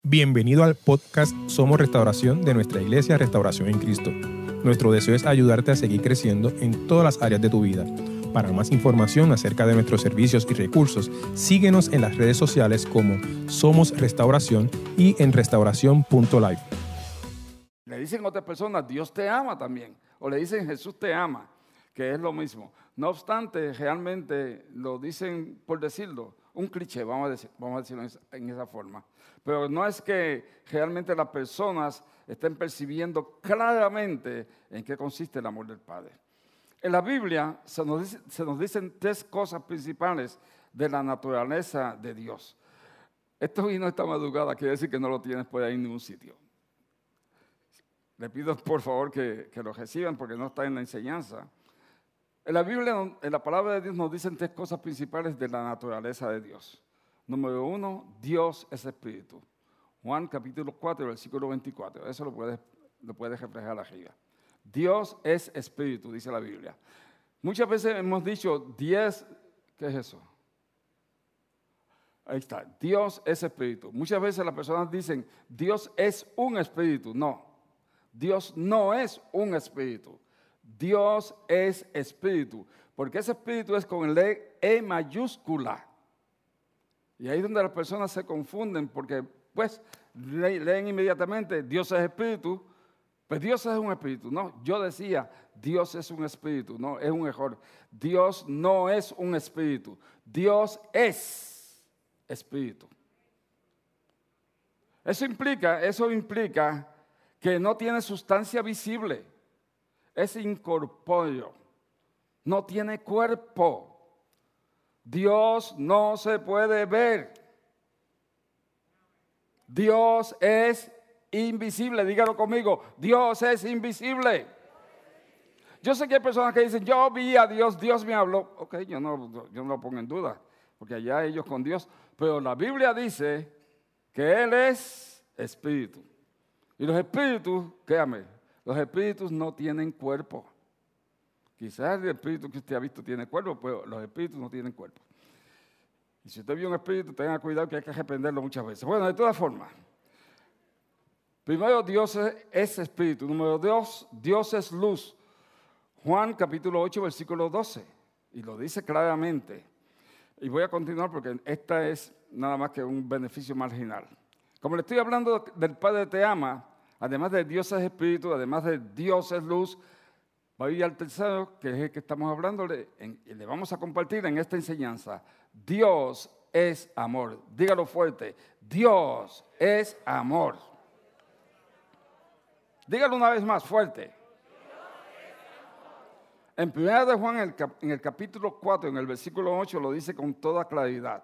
Bienvenido al podcast Somos Restauración de nuestra iglesia Restauración en Cristo. Nuestro deseo es ayudarte a seguir creciendo en todas las áreas de tu vida. Para más información acerca de nuestros servicios y recursos, síguenos en las redes sociales como Somos Restauración y en restauración.live. Le dicen a otras personas, Dios te ama también. O le dicen, Jesús te ama, que es lo mismo. No obstante, realmente lo dicen por decirlo, un cliché, vamos a decirlo en esa forma. Pero no es que realmente las personas estén percibiendo claramente en qué consiste el amor del Padre. En la Biblia se nos dicen tres cosas principales de la naturaleza de Dios. Esto vino esta madrugada, quiere decir que no lo tienes por ahí en ningún sitio. Le pido por favor que lo reciban porque no está en la enseñanza. En la Biblia, en la palabra de Dios nos dicen tres cosas principales de la naturaleza de Dios. Número 1, Dios es espíritu. Juan capítulo 4, versículo 24. Eso lo puedes reflejar arriba. Dios es espíritu, dice la Biblia. Muchas veces hemos dicho 10, ¿qué es eso? Ahí está, Dios es espíritu. Muchas veces las personas dicen, Dios es un espíritu. No, Dios no es un espíritu. Dios es espíritu, porque ese espíritu es con el E mayúscula. Y ahí es donde las personas se confunden, porque pues leen inmediatamente, Dios es espíritu, pues Dios es un espíritu. No, yo decía, Dios es un espíritu, no, es un error. Dios no es un espíritu, Dios es espíritu. Eso implica que no tiene sustancia visible, es incorpóreo, no tiene cuerpo. Dios no se puede ver. Dios es invisible, dígalo conmigo, Dios es invisible. Yo sé que hay personas que dicen, yo vi a Dios, Dios me habló. Ok, yo no lo pongo en duda, porque allá ellos con Dios. Pero la Biblia dice que Él es espíritu. Y los espíritus, créame, los espíritus no tienen cuerpo. Quizás el espíritu que usted ha visto tiene cuerpo, pero los espíritus no tienen cuerpo. Y si usted vio un espíritu, tenga cuidado que hay que arrependerlo muchas veces. Bueno, de todas formas, primero Dios es espíritu. Número 2, Dios es luz. Juan capítulo 8, versículo 12. Y lo dice claramente. Y voy a continuar porque esta es nada más que un beneficio marginal. Como le estoy hablando del Padre te ama, además de Dios es espíritu, además de Dios es luz, va a ir al tercero, que es el que estamos hablando, y le vamos a compartir en esta enseñanza. Dios es amor. Dígalo fuerte. Dios es amor. Dígalo una vez más fuerte. En 1 de Juan, en el capítulo 4, en el versículo 8, lo dice con toda claridad.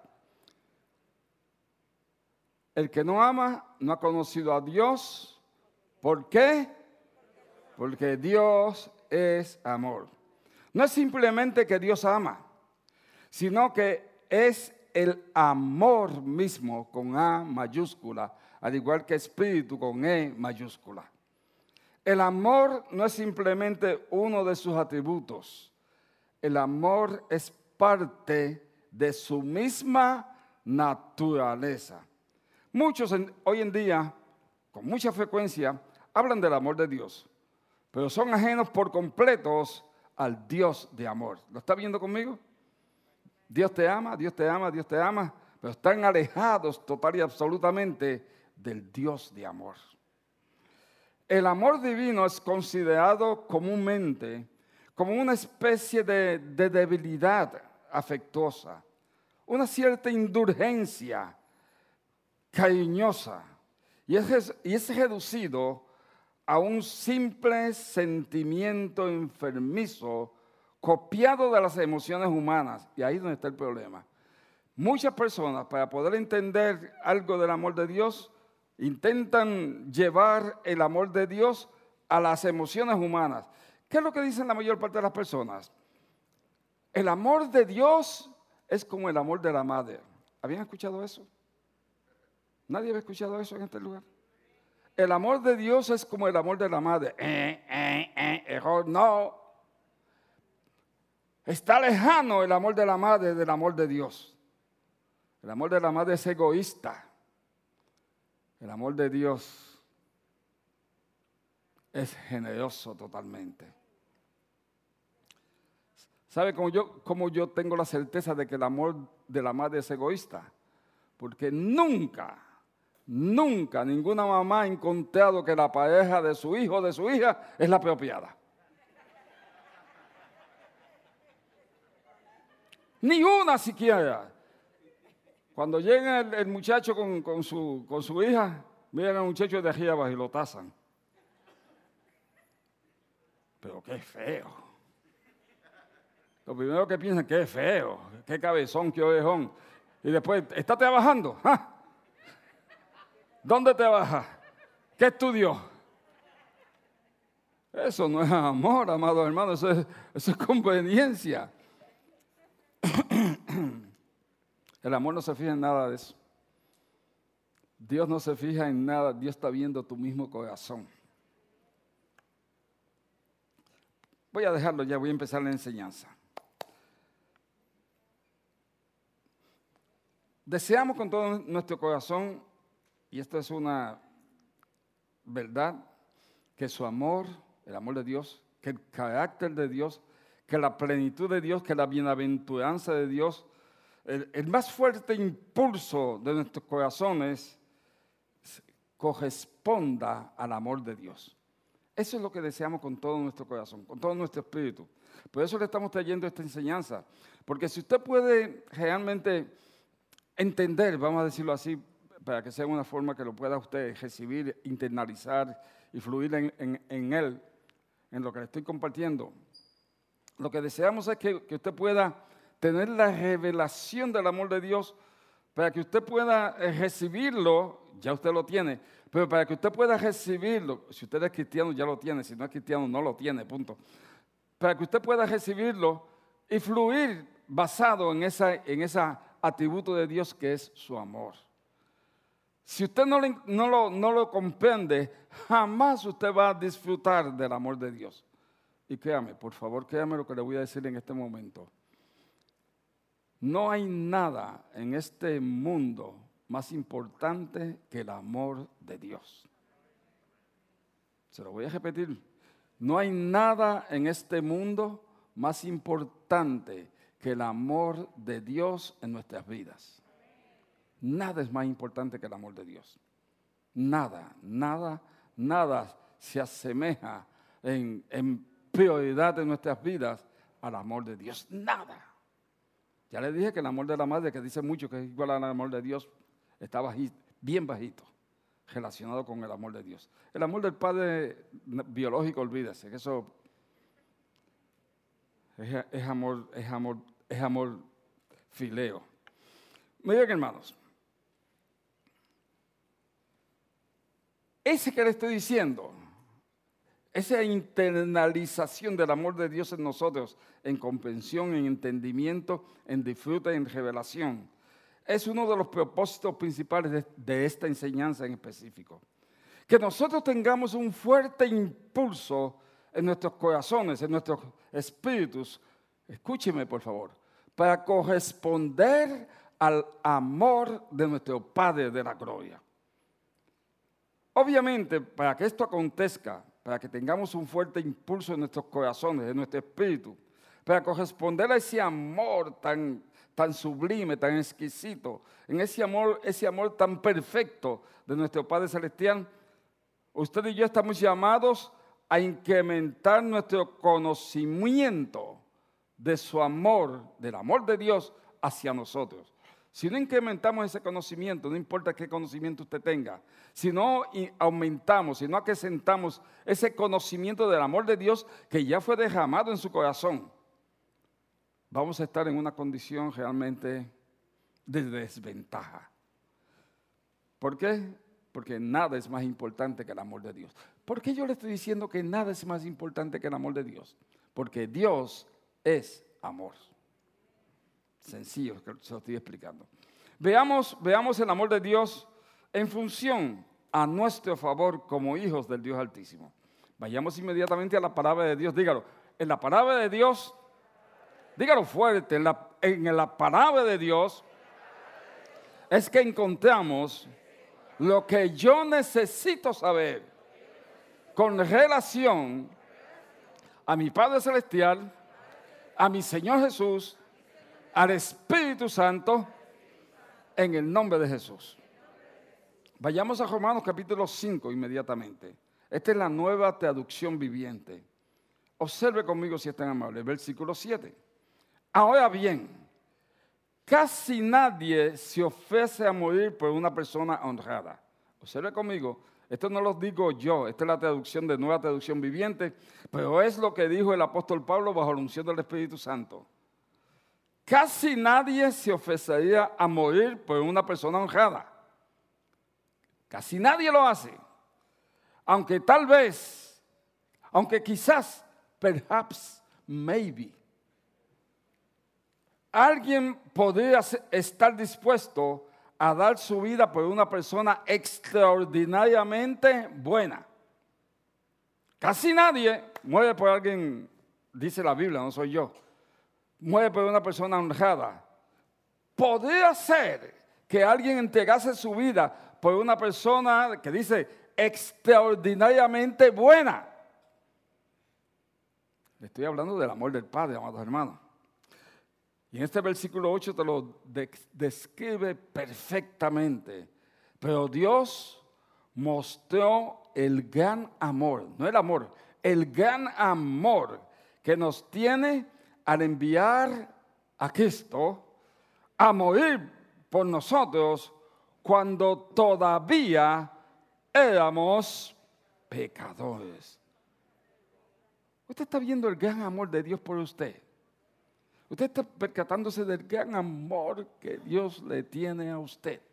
El que no ama no ha conocido a Dios. ¿Por qué? Porque Dios es amor. No es simplemente que Dios ama, sino que es el amor mismo con A mayúscula, al igual que espíritu con E mayúscula. El amor no es simplemente uno de sus atributos. El amor es parte de su misma naturaleza. Muchos hoy en día, con mucha frecuencia, hablan del amor de Dios, pero son ajenos por completos al Dios de amor. ¿Lo está viendo conmigo? Dios te ama, Dios te ama, Dios te ama, pero están alejados total y absolutamente del Dios de amor. El amor divino es considerado comúnmente como una especie de debilidad afectuosa, una cierta indulgencia cariñosa, y es reducido a un simple sentimiento enfermizo copiado de las emociones humanas. Y ahí es donde está el problema. Muchas personas, para poder entender algo del amor de Dios, intentan llevar el amor de Dios a las emociones humanas. ¿Qué es lo que dicen la mayor parte de las personas? El amor de Dios es como el amor de la madre. ¿Habían escuchado eso? ¿Nadie había escuchado eso en este lugar? El amor de Dios es como el amor de la madre. Error, no. Está lejano el amor de la madre del amor de Dios. El amor de la madre es egoísta. El amor de Dios es generoso totalmente. ¿Sabe cómo yo tengo la certeza de que el amor de la madre es egoísta? Porque nunca ninguna mamá ha encontrado que la pareja de su hijo o de su hija es la apropiada. Ni una siquiera. Cuando llega el muchacho con su hija, miran al muchacho de aquí abajo y lo tasan. Pero qué feo. Lo primero que piensan, qué feo, qué cabezón, qué orejón. Y después, ¿está trabajando? ¿Ah? ¿Dónde trabaja? ¿Qué estudió? Eso no es amor, amados hermanos, eso es conveniencia. El amor no se fija en nada de eso. Dios no se fija en nada, Dios está viendo tu mismo corazón. Voy a dejarlo ya, voy a empezar la enseñanza. Deseamos con todo nuestro corazón, y esto es una verdad, que su amor, el amor de Dios, que el carácter de Dios, que la plenitud de Dios, que la bienaventuranza de Dios, el más fuerte impulso de nuestros corazones corresponda al amor de Dios. Eso es lo que deseamos con todo nuestro corazón, con todo nuestro espíritu. Por eso le estamos trayendo esta enseñanza. Porque si usted puede realmente entender, vamos a decirlo así, para que sea una forma que lo pueda usted recibir, internalizar y fluir en él, en lo que le estoy compartiendo. Lo que deseamos es que usted pueda tener la revelación del amor de Dios, para que usted pueda recibirlo, ya usted lo tiene, pero para que usted pueda recibirlo, si usted es cristiano ya lo tiene, si no es cristiano no lo tiene, punto. Para que usted pueda recibirlo y fluir basado en ese atributo de Dios que es su amor. Si usted no lo comprende, jamás usted va a disfrutar del amor de Dios. Y créame, por favor, créame lo que le voy a decir en este momento. No hay nada en este mundo más importante que el amor de Dios. Se lo voy a repetir. No hay nada en este mundo más importante que el amor de Dios en nuestras vidas. Nada es más importante que el amor de Dios. Nada se asemeja en prioridad de nuestras vidas al amor de Dios. Nada. Ya le dije que el amor de la madre, que dice mucho que es igual al amor de Dios, está bajito, bien bajito, relacionado con el amor de Dios. El amor del padre biológico, olvídese, que eso es amor fileo. Miren, hermanos, ese que le estoy diciendo, esa internalización del amor de Dios en nosotros, en comprensión, en entendimiento, en disfrute, en revelación, es uno de los propósitos principales de esta enseñanza en específico. Que nosotros tengamos un fuerte impulso en nuestros corazones, en nuestros espíritus, escúcheme por favor, para corresponder al amor de nuestro Padre de la gloria. Obviamente, para que esto acontezca, para que tengamos un fuerte impulso en nuestros corazones, en nuestro espíritu, para corresponder a ese amor tan sublime, tan exquisito, en ese amor tan perfecto de nuestro Padre Celestial, usted y yo estamos llamados a incrementar nuestro conocimiento de su amor, del amor de Dios hacia nosotros. Si no incrementamos ese conocimiento, no importa qué conocimiento usted tenga, si no aumentamos, si no acrecentamos ese conocimiento del amor de Dios que ya fue derramado en su corazón, vamos a estar en una condición realmente de desventaja. ¿Por qué? Porque nada es más importante que el amor de Dios. ¿Por qué yo le estoy diciendo que nada es más importante que el amor de Dios? Porque Dios es amor. Sencillo, que se lo estoy explicando. Veamos el amor de Dios en función a nuestro favor como hijos del Dios Altísimo. Vayamos inmediatamente a la palabra de Dios. Dígalo, en la palabra de Dios, dígalo fuerte, en la palabra de Dios es que encontramos lo que yo necesito saber con relación a mi Padre Celestial, a mi Señor Jesús, al Espíritu Santo, en el nombre de Jesús. Vayamos a Romanos capítulo 5 inmediatamente. Esta es la Nueva Traducción Viviente. Observe conmigo si es tan amable. Versículo 7. Ahora bien, casi nadie se ofrece a morir por una persona honrada. Observe conmigo. Esto no lo digo yo, esta es la traducción de Nueva Traducción Viviente, pero es lo que dijo el apóstol Pablo bajo la unción del Espíritu Santo. Casi nadie se ofrecería a morir por una persona honrada. Casi nadie lo hace. Aunque tal vez, aunque quizás, perhaps, maybe, alguien podría estar dispuesto a dar su vida por una persona extraordinariamente buena. Casi nadie muere por alguien, dice la Biblia, no soy yo, muere por una persona honrada. Podría ser que alguien entregase su vida por una persona que dice extraordinariamente buena. Le estoy hablando del amor del Padre, amados hermanos. Y en este versículo 8 te lo describe perfectamente. Pero Dios mostró el gran amor, no el amor, el gran amor que nos tiene al enviar a Cristo a morir por nosotros cuando todavía éramos pecadores. Usted está viendo el gran amor de Dios por usted. Usted está percatándose del gran amor que Dios le tiene a usted.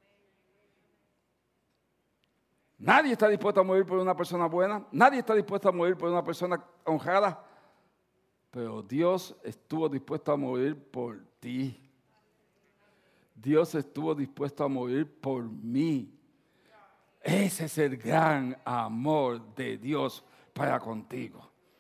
Nadie está dispuesto a morir por una persona buena. Nadie está dispuesto a morir por una persona honrada. Pero Dios estuvo dispuesto a morir por ti. Dios estuvo dispuesto a morir por mí. Ese es el gran amor de Dios para contigo.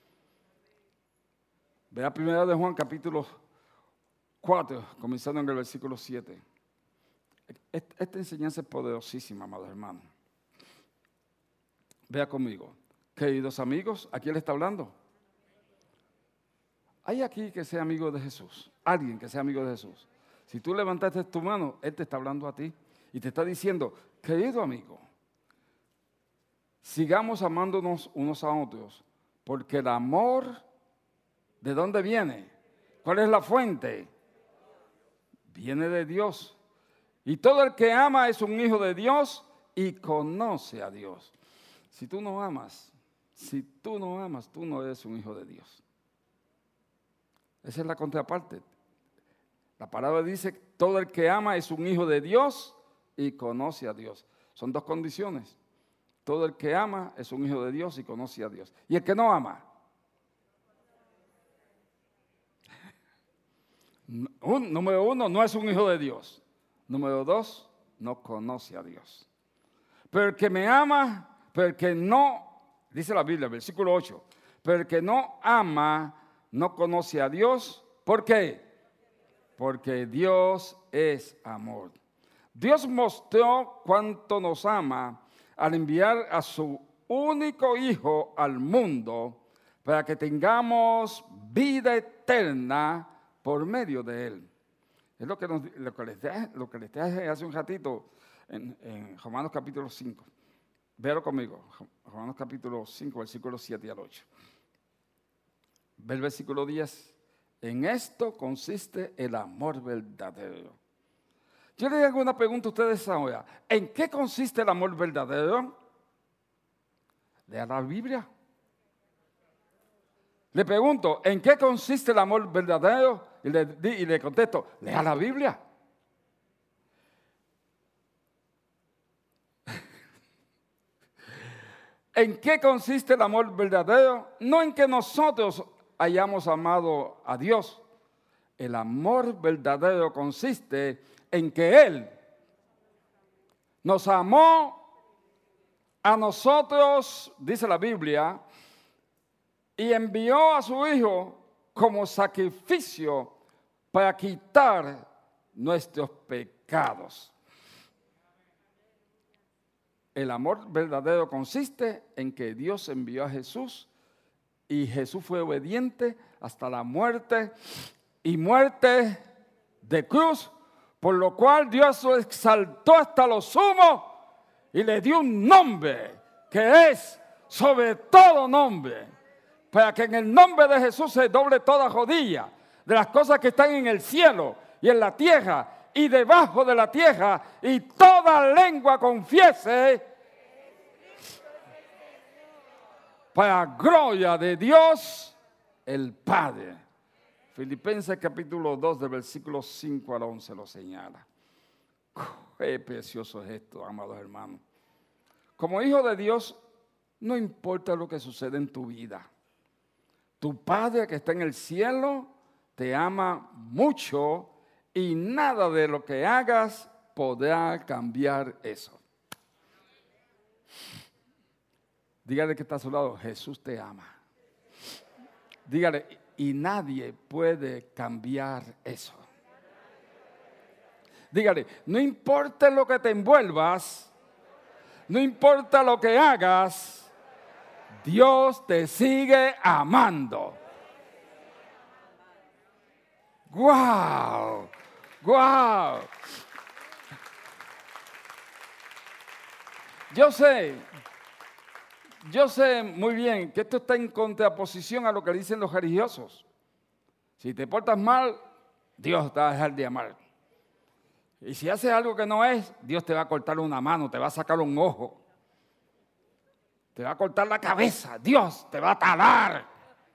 Vea 1 de Juan capítulo 4, comenzando en el versículo 7. Esta enseñanza es poderosísima, amados hermanos. Vea conmigo. Queridos amigos, ¿a quién le está hablando? ¿Hay aquí que sea amigo de Jesús? Alguien que sea amigo de Jesús. Si tú levantaste tu mano, Él te está hablando a ti y te está diciendo, querido amigo, sigamos amándonos unos a otros, porque el amor, ¿de dónde viene? ¿Cuál es la fuente? Viene de Dios. Y todo el que ama es un hijo de Dios y conoce a Dios. Si tú no amas, tú no eres un hijo de Dios. Esa es la contraparte. La palabra dice, todo el que ama es un hijo de Dios y conoce a Dios. Son dos condiciones. Todo el que ama es un hijo de Dios y conoce a Dios. Y el que no ama, número uno, no es un hijo de Dios. Número dos, no conoce a Dios. Pero el que me ama, pero el que no, dice la Biblia, versículo 8, pero el que no ama, no conoce a Dios. ¿Por qué? Porque Dios es amor. Dios mostró cuánto nos ama al enviar a su único Hijo al mundo para que tengamos vida eterna por medio de Él. Es lo que les traje hace un ratito en Romanos capítulo 5. Véalo conmigo, Romanos capítulo 5, versículos 7 al 8. Ve el versículo 10. En esto consiste el amor verdadero. Yo le hago una pregunta a ustedes ahora. ¿En qué consiste el amor verdadero? Lea la Biblia. Le pregunto, ¿en qué consiste el amor verdadero? Y le contesto, lea la Biblia. ¿En qué consiste el amor verdadero? No en que nosotros hayamos amado a Dios. El amor verdadero consiste en que Él nos amó a nosotros, dice la Biblia, y envió a su Hijo como sacrificio para quitar nuestros pecados. El amor verdadero consiste en que Dios envió a Jesús y Jesús fue obediente hasta la muerte y muerte de cruz, por lo cual Dios lo exaltó hasta lo sumo y le dio un nombre que es sobre todo nombre, para que en el nombre de Jesús se doble toda rodilla de las cosas que están en el cielo y en la tierra y debajo de la tierra, y toda lengua confiese para gloria de Dios el Padre. Filipenses capítulo 2, del versículo 5 al 11 lo señala. Qué precioso es esto, amados hermanos. Como hijo de Dios, no importa lo que sucede en tu vida. Tu Padre que está en el cielo te ama mucho y nada de lo que hagas podrá cambiar eso. Dígale que está a su lado, Jesús te ama. Dígale, y nadie puede cambiar eso. Dígale, no importa lo que te envuelvas, no importa lo que hagas, Dios te sigue amando. ¡Guau! ¡Guau! Yo sé muy bien que esto está en contraposición a lo que dicen los religiosos. Si te portas mal, Dios te va a dejar de amar. Y si haces algo que no es, Dios te va a cortar una mano, te va a sacar un ojo, te va a cortar la cabeza, Dios te va a talar.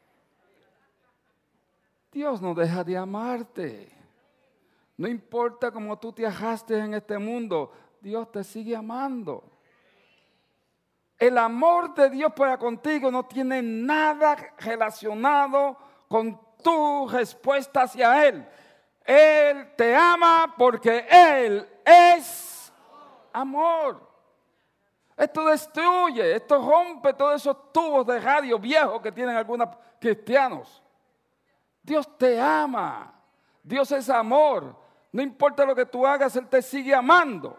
Dios no deja de amarte. No importa cómo tú te ajaste en este mundo, Dios te sigue amando. El amor de Dios para contigo no tiene nada relacionado con tu respuesta hacia Él. Él te ama porque Él es amor. Esto destruye, esto rompe todos esos tubos de radio viejos que tienen algunos cristianos. Dios te ama. Dios es amor. No importa lo que tú hagas, Él te sigue amando.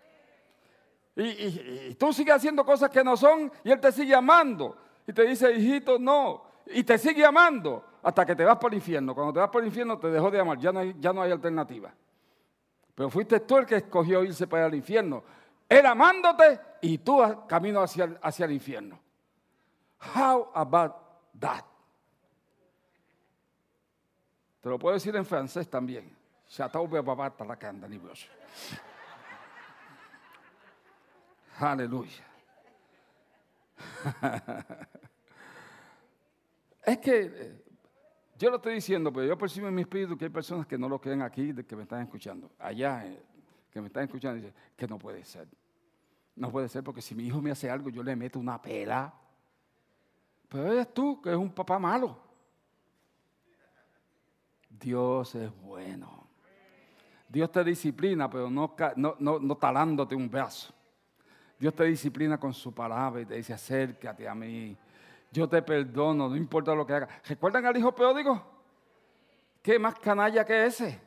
Y tú sigues haciendo cosas que no son y Él te sigue amando. Y te dice, hijito, no. Y te sigue amando hasta que te vas por el infierno. Cuando te vas por el infierno te dejó de amar. Ya no hay alternativa. Pero fuiste tú el que escogió irse para el infierno. Él amándote y tú camino hacia el infierno. How about that? Te lo puedo decir en francés también. Aleluya. Es que yo lo estoy diciendo, pero yo percibo en mi espíritu que hay personas que no lo creen aquí, que me están escuchando. Allá, que me están escuchando, dicen que no puede ser. No puede ser porque si mi hijo me hace algo, yo le meto una pela. Pero eres tú, que eres un papá malo. Dios es bueno. Dios te disciplina, pero no talándote un brazo. Dios te disciplina con su palabra y te dice, acércate a mí. Yo te perdono, no importa lo que hagas. ¿Recuerdan al hijo pródigo? ¿Qué más canalla que ese?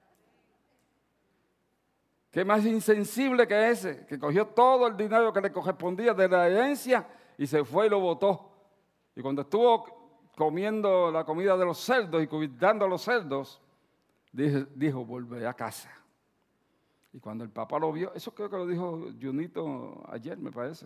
¿Qué más insensible que ese? Que cogió todo el dinero que le correspondía de la herencia y se fue y lo botó. Y cuando estuvo comiendo la comida de los cerdos y cuidando a los cerdos, dijo, volveré a casa. Y cuando el papá lo vio, eso creo que lo dijo Junito ayer, me parece.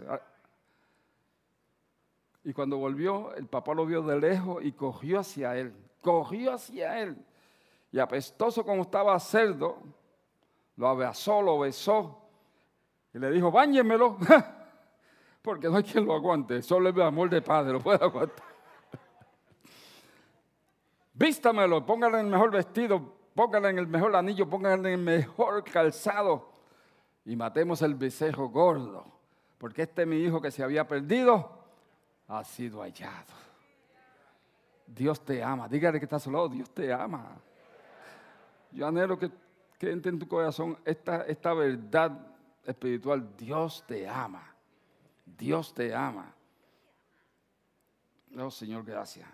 Y cuando volvió, el papá lo vio de lejos y corrió hacia él. Corrió hacia él. Y apestoso como estaba cerdo, lo abrazó, lo besó. Y le dijo, báñemelo. Porque no hay quien lo aguante. Solo el amor de padre lo puede aguantar. Vístamelo, póngale el mejor vestido, póngale en el mejor anillo, póngale en el mejor calzado. Y matemos el becerro gordo. Porque este mi hijo que se había perdido ha sido hallado. Dios te ama. Dígale que está a su lado, Dios te ama. Yo anhelo que entre en tu corazón esta verdad espiritual. Dios te ama. Dios te ama. Oh, Señor, gracias.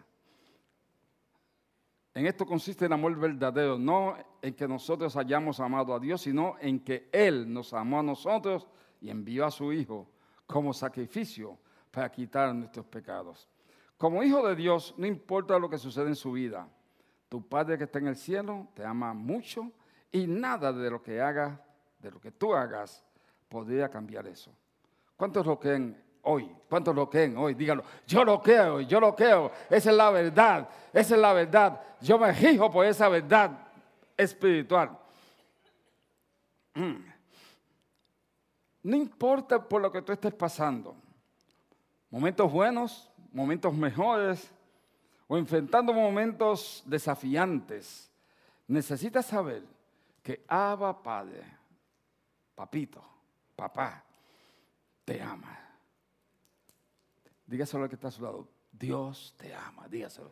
En esto consiste el amor verdadero, no en que nosotros hayamos amado a Dios, sino en que Él nos amó a nosotros y envió a su Hijo como sacrificio para quitar nuestros pecados. Como hijo de Dios, no importa lo que suceda en su vida, tu Padre que está en el cielo te ama mucho y nada de lo que hagas, de lo que tú hagas, podría cambiar eso. ¿Cuántos lo creen hoy? ¿Cuántos lo creen hoy? Díganlo. Yo lo creo, yo lo creo. Esa es la verdad, esa es la verdad. Yo me rijo por esa verdad espiritual. No importa por lo que tú estés pasando, momentos buenos, momentos mejores, o enfrentando momentos desafiantes, necesitas saber que Abba Padre, papito, papá, te ama. Dígaselo al que está a su lado. Dios te ama, dígaselo.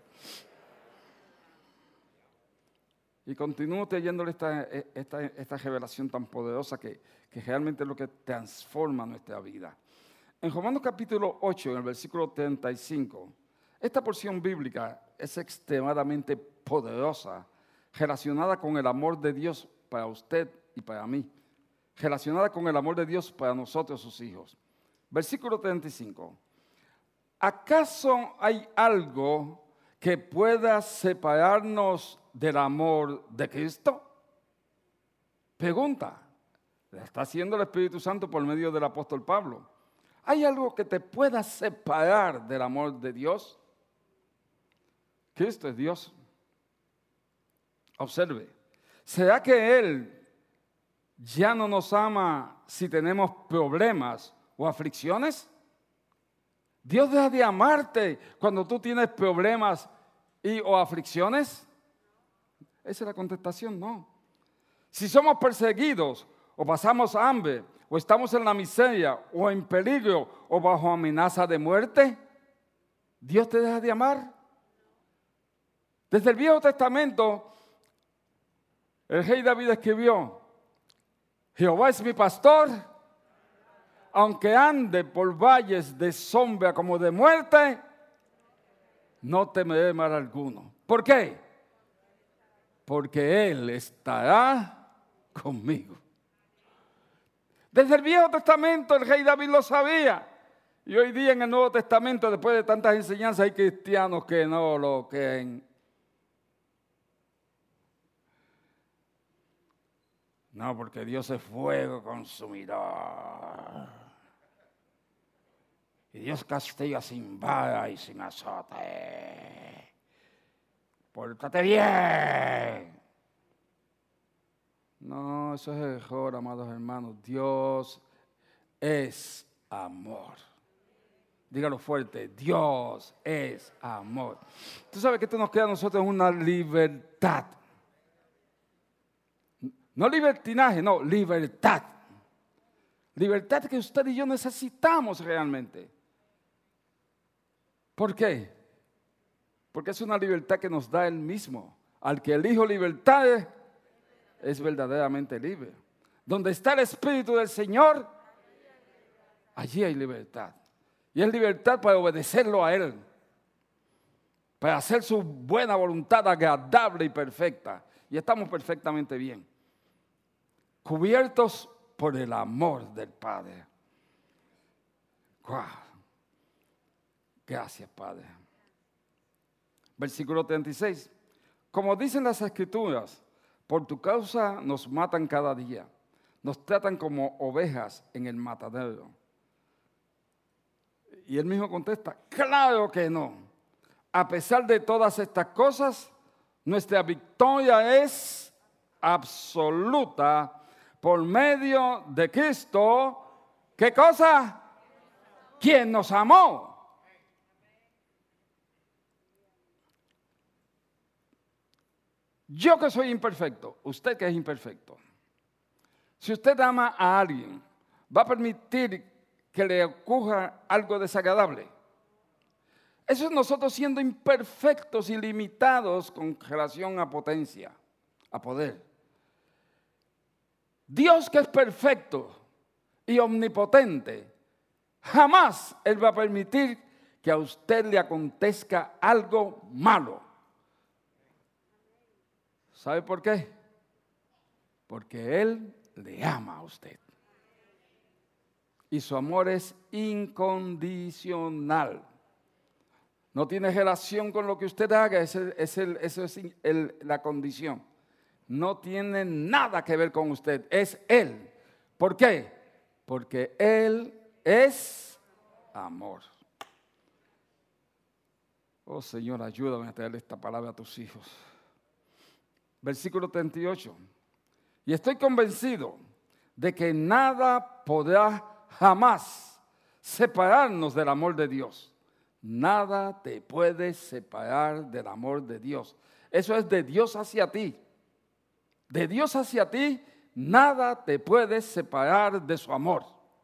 Y continúo trayéndole esta revelación tan poderosa que realmente es lo que transforma nuestra vida. En Romanos capítulo 8, en el versículo 35, esta porción bíblica es extremadamente poderosa, relacionada con el amor de Dios para usted y para mí, relacionada con el amor de Dios para nosotros, sus hijos. Versículo 35. ¿Acaso hay algo que pueda separarnos del amor de Cristo? Pregunta. La está haciendo el Espíritu Santo por medio del apóstol Pablo. ¿Hay algo que te pueda separar del amor de Dios? Cristo es Dios. Observe. ¿Será que Él ya no nos ama si tenemos problemas o aflicciones? ¿Dios deja de amarte cuando tú tienes problemas o aflicciones? Esa es la contestación, no. Si somos perseguidos o pasamos hambre o estamos en la miseria o en peligro o bajo amenaza de muerte, ¿Dios te deja de amar? Desde el Viejo Testamento, el rey David escribió: Jehová es mi pastor, aunque ande por valles de sombra como de muerte, no temeré mal alguno. ¿Por qué? Porque Él estará conmigo. Desde el Viejo Testamento el rey David lo sabía. Y hoy día en el Nuevo Testamento, después de tantas enseñanzas, hay cristianos que no lo creen. No, porque Dios es fuego consumidor. Y Dios castiga sin vara y sin azote. Pórtate bien. No, eso es error, amados hermanos. Dios es amor. Dígalo fuerte, Dios es amor. Tú sabes que esto nos queda a nosotros una libertad. No libertinaje, no, libertad. Libertad que usted y yo necesitamos realmente. ¿Por qué? Porque es una libertad que nos da Él mismo. Al que elijo libertad es verdaderamente libre. Donde está el Espíritu del Señor, allí hay libertad. Y es libertad para obedecerlo a Él. Para hacer su buena voluntad agradable y perfecta. Y estamos perfectamente bien. Cubiertos por el amor del Padre. ¡Wow! Gracias, Padre. Versículo 36. Como dicen las Escrituras, por tu causa nos matan cada día. Nos tratan como ovejas en el matadero. Y él mismo contesta, claro que no. A pesar de todas estas cosas, nuestra victoria es absoluta por medio de Cristo. ¿Qué cosa? ¿Quién nos amó? Yo que soy imperfecto, usted que es imperfecto. Si usted ama a alguien, ¿va a permitir que le ocurra algo desagradable? Eso es nosotros siendo imperfectos y limitados con relación a potencia, a poder. Dios que es perfecto y omnipotente, jamás Él va a permitir que a usted le acontezca algo malo. ¿Sabe por qué? Porque Él le ama a usted. Y su amor es incondicional. No tiene relación con lo que usted haga, eso es la condición. No tiene nada que ver con usted, es Él. ¿Por qué? Porque Él es amor. Oh Señor, ayúdame a traer esta palabra a tus hijos. Versículo 38. Y estoy convencido de que nada podrá jamás separarnos del amor de Dios. Nada te puede separar del amor de Dios. Eso es de Dios hacia ti. De Dios hacia ti, nada te puede separar de su amor.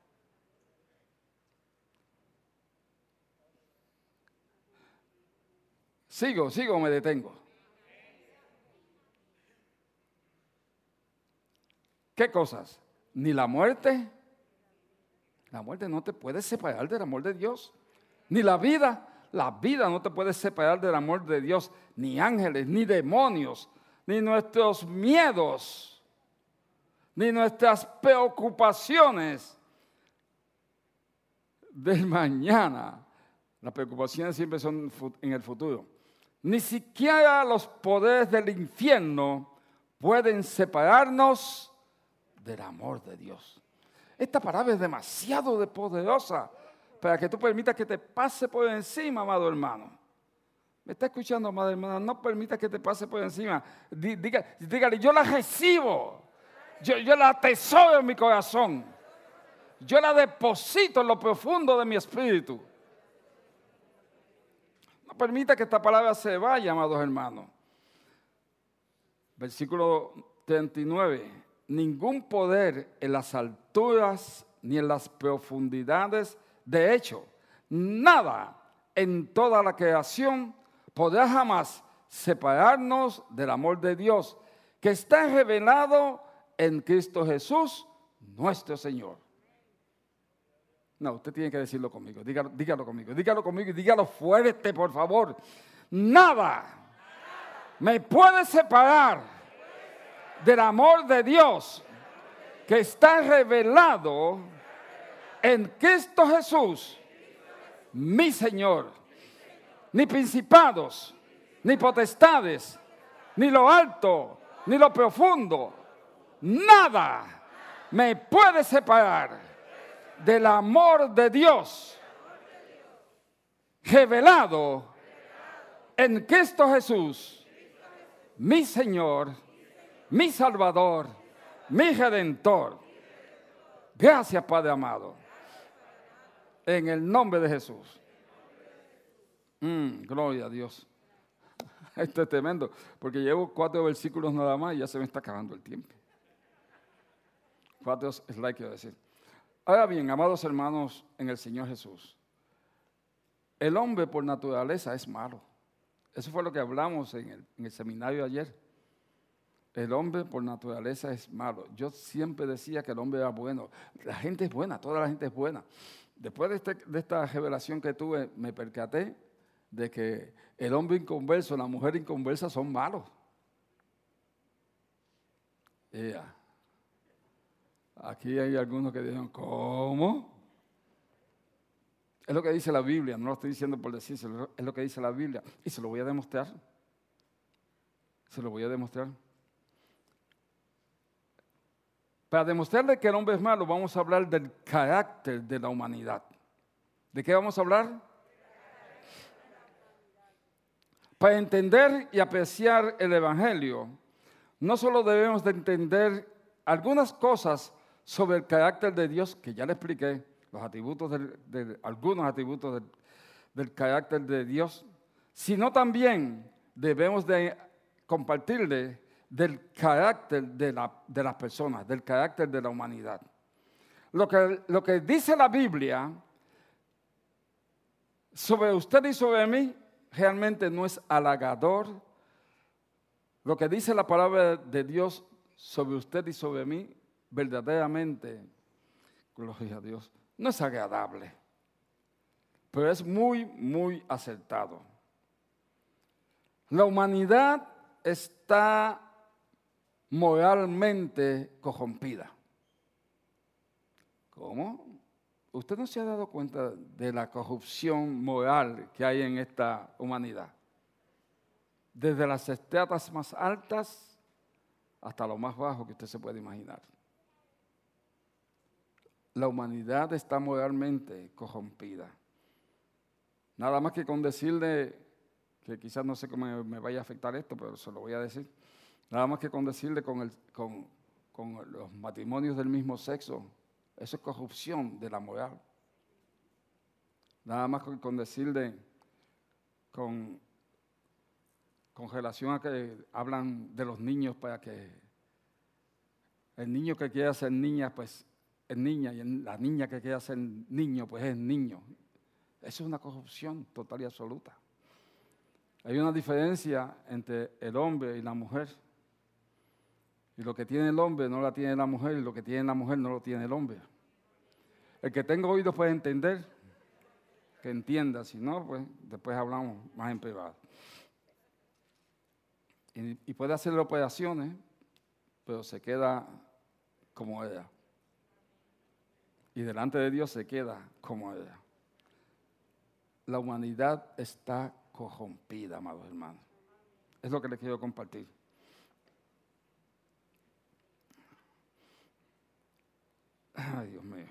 ¿Sigo o me detengo? ¿Qué cosas? Ni la muerte. La muerte no te puede separar del amor de Dios. Ni la vida no te puede separar del amor de Dios, ni ángeles, ni demonios, ni nuestros miedos, ni nuestras preocupaciones del mañana. Las preocupaciones siempre son en el futuro. Ni siquiera los poderes del infierno pueden separarnos del amor de Dios. Esta palabra es demasiado poderosa para que tú permitas que te pase por encima, amado hermano. ¿Me está escuchando, amada hermana? No permitas que te pase por encima. Dígale, yo la recibo. Yo la atesoro en mi corazón. Yo la deposito en lo profundo de mi espíritu. No permita que esta palabra se vaya, amados hermanos. Versículo 39. Ningún poder en las alturas ni en las profundidades. De hecho, nada en toda la creación podrá jamás separarnos del amor de Dios, que está revelado en Cristo Jesús, nuestro Señor. No, usted tiene que decirlo conmigo, dígalo conmigo y dígalo fuerte, por favor. Nada me puede separar del amor de Dios, que está revelado en Cristo Jesús, mi Señor. Ni principados, ni potestades, ni lo alto, ni lo profundo, nada me puede separar del amor de Dios revelado en Cristo Jesús, mi Señor, mi Salvador, mi Redentor. Gracias, Padre amado. En el nombre de Jesús. Gloria a Dios. Esto es tremendo, porque llevo 4 versículos nada más y ya se me está acabando el tiempo. 4 slides quiero decir. Ahora bien, amados hermanos en el Señor Jesús, el hombre por naturaleza es malo. Eso fue lo que hablamos en el seminario ayer. El hombre por naturaleza es malo. Yo siempre decía que el hombre era bueno. La gente es buena, toda la gente es buena. Después de esta revelación que tuve, me percaté de que el hombre inconverso, la mujer inconversa son malos. Aquí hay algunos que dicen, ¿cómo? Es lo que dice la Biblia, no lo estoy diciendo por decírselo, es lo que dice la Biblia. Y se lo voy a demostrar. Para demostrarle que el hombre es malo, vamos a hablar del carácter de la humanidad. ¿De qué vamos a hablar? Para entender y apreciar el Evangelio, no solo debemos de entender algunas cosas sobre el carácter de Dios, que ya le expliqué, los atributos algunos atributos del carácter de Dios, sino también debemos de compartirle del carácter de las personas, del carácter de la humanidad. Lo que dice la Biblia sobre usted y sobre mí realmente no es halagador. Lo que dice la palabra de Dios sobre usted y sobre mí, verdaderamente, gloria a Dios, no es agradable, pero es muy, muy acertado. La humanidad está moralmente corrompida. ¿Cómo? ¿usted no se ha dado cuenta de la corrupción moral que hay en esta humanidad? Desde las estratas más altas hasta lo más bajo que usted se puede imaginar. La humanidad está moralmente corrompida. Nada más que con decirle, que quizás no sé cómo me vaya a afectar esto, pero se lo voy a decir. Nada más que con decirle con los matrimonios del mismo sexo, eso es corrupción de la moral. Nada más que con decirle con relación a que hablan de los niños para que el niño que quiera ser niña, pues es niña, y la niña que quiera ser niño, pues es niño. Eso es una corrupción total y absoluta. Hay una diferencia entre el hombre y la mujer. Y lo que tiene el hombre no la tiene la mujer, y lo que tiene la mujer no lo tiene el hombre. El que tenga oídos puede entender, que entienda, si no, pues después hablamos más en privado. Y puede hacer operaciones, pero se queda como ella. Y delante de Dios se queda como ella. La humanidad está corrompida, amados hermanos. Es lo que les quiero compartir. Ay, Dios mío.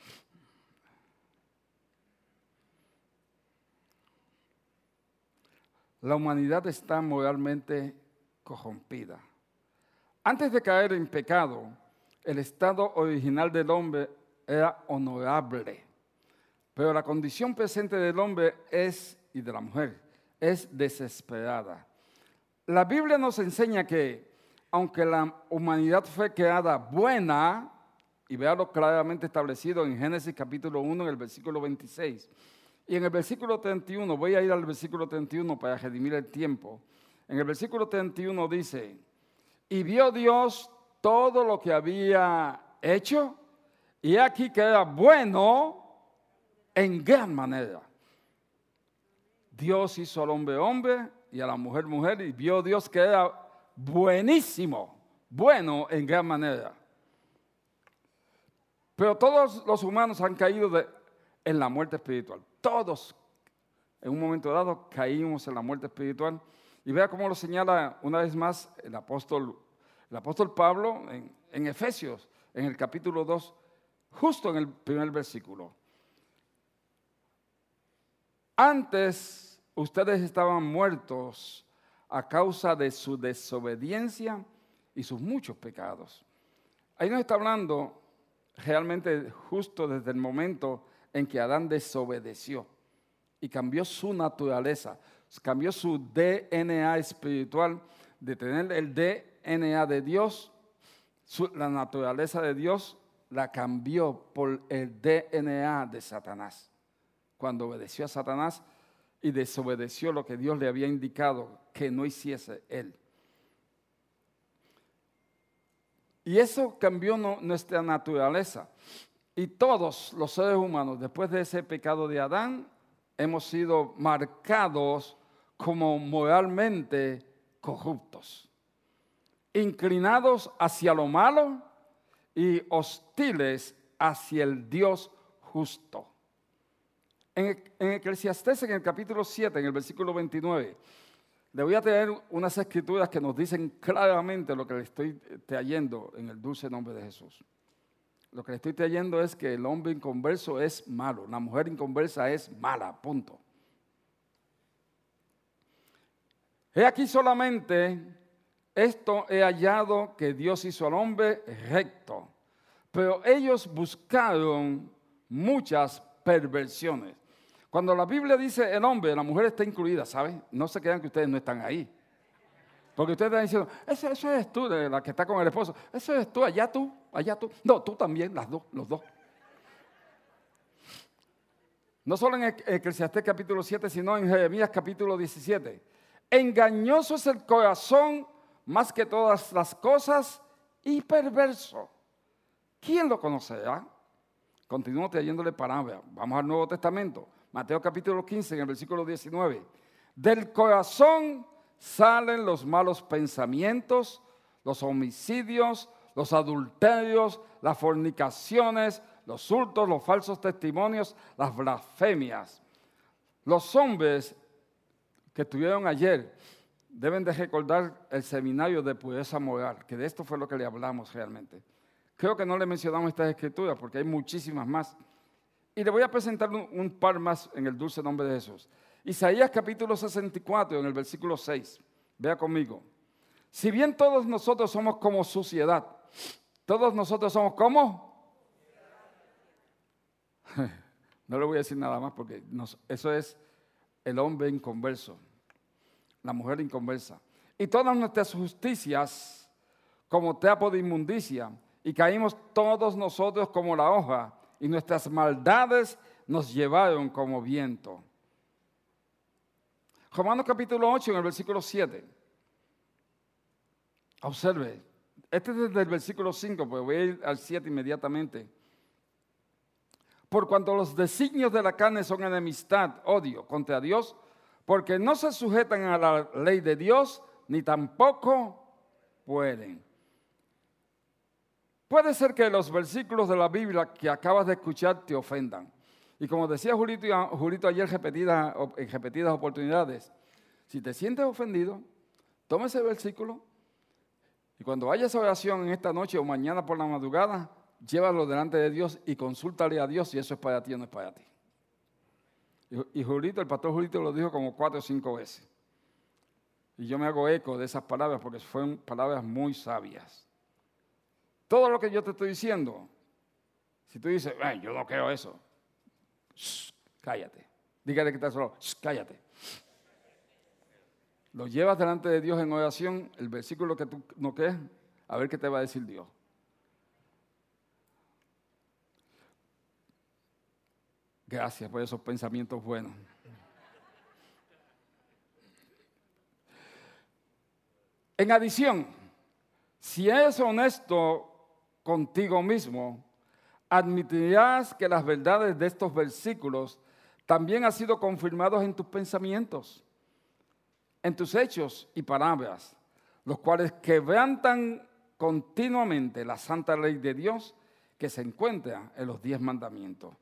La humanidad está moralmente corrompida. Antes de caer en pecado, el estado original del hombre era honorable, pero la condición presente del hombre y de la mujer es desesperada. La Biblia nos enseña que, aunque la humanidad fue creada buena, y véalo claramente establecido en Génesis capítulo 1, en el versículo 26, y en el versículo 31, voy a ir al versículo 31 para redimir el tiempo. En el versículo 31 dice, y vio Dios todo lo que había hecho, y aquí que era bueno en gran manera. Dios hizo al hombre hombre y a la mujer mujer, y vio Dios que era buenísimo, bueno en gran manera. Pero todos los humanos han caído en la muerte espiritual. Todos, en un momento dado, caímos en la muerte espiritual. Y vea cómo lo señala una vez más el apóstol Pablo en Efesios, en el capítulo 2, justo en el primer versículo. Antes ustedes estaban muertos a causa de su desobediencia y sus muchos pecados. Ahí nos está hablando realmente justo desde el momento en que Adán desobedeció y cambió su naturaleza, cambió su DNA espiritual, de tener el DNA de Dios, la naturaleza de Dios la cambió por el DNA de Satanás. Cuando obedeció a Satanás y desobedeció lo que Dios le había indicado que no hiciese él. Y eso cambió nuestra naturaleza. Y todos los seres humanos, después de ese pecado de Adán, hemos sido marcados como moralmente corruptos, inclinados hacia lo malo y hostiles hacia el Dios justo. En Eclesiastés, en el capítulo 7, en el versículo 29, le voy a traer unas escrituras que nos dicen claramente lo que le estoy trayendo en el dulce nombre de Jesús. Lo que le estoy trayendo es que el hombre inconverso es malo, la mujer inconversa es mala, punto. He aquí solamente esto he hallado, que Dios hizo al hombre recto, pero ellos buscaron muchas perversiones. Cuando la Biblia dice el hombre, la mujer está incluida, ¿saben? No se crean que ustedes no están ahí. Porque ustedes están diciendo, eso eres tú, de la que está con el esposo. Eso eres tú, allá tú, allá tú. No, tú también, los dos. No solo en Eclesiastés capítulo 7, sino en Jeremías capítulo 17. Engañoso es el corazón más que todas las cosas y perverso. ¿Quién lo conocerá? Continúo trayéndole palabra. Vamos al Nuevo Testamento. Mateo capítulo 15, en el versículo 19. Del corazón salen los malos pensamientos, los homicidios, los adulterios, las fornicaciones, los hurtos, los falsos testimonios, las blasfemias. Los hombres que estuvieron ayer deben de recordar el seminario de pureza moral, que de esto fue lo que le hablamos realmente. Creo que no le mencionamos estas escrituras porque hay muchísimas más. Y le voy a presentar un par más en el dulce nombre de Jesús. Isaías capítulo 64, en el versículo 6. Vea conmigo. Si bien todos nosotros somos como suciedad, todos nosotros somos como... No le voy a decir nada más porque eso es el hombre inconverso, la mujer inconversa. Y todas nuestras justicias como trapo de inmundicia, y caímos todos nosotros como la hoja, y nuestras maldades nos llevaron como viento. Romanos capítulo 8, en el versículo 7. Observe, este es desde el versículo 5, pues voy a ir al 7 inmediatamente. Por cuanto los designios de la carne son enemistad, odio contra Dios, porque no se sujetan a la ley de Dios, ni tampoco pueden. Puede ser que los versículos de la Biblia que acabas de escuchar te ofendan. Y como decía Julito ayer en repetidas oportunidades, si te sientes ofendido, toma ese versículo y cuando vayas a oración en esta noche o mañana por la madrugada, llévalo delante de Dios y consúltale a Dios si eso es para ti o no es para ti. Y Julito, el pastor Julito lo dijo como 4 o 5 veces. Y yo me hago eco de esas palabras porque fueron palabras muy sabias. Todo lo que yo te estoy diciendo, si tú dices, yo no creo eso, cállate. Dígale que estás solo, cállate. Lo llevas delante de Dios en oración, el versículo que tú no crees, a ver qué te va a decir Dios. Gracias por esos pensamientos buenos. En adición, si eres honesto contigo mismo, admitirás que las verdades de estos versículos también han sido confirmados en tus pensamientos, en tus hechos y palabras, los cuales quebrantan continuamente la santa ley de Dios que se encuentra en los 10 mandamientos.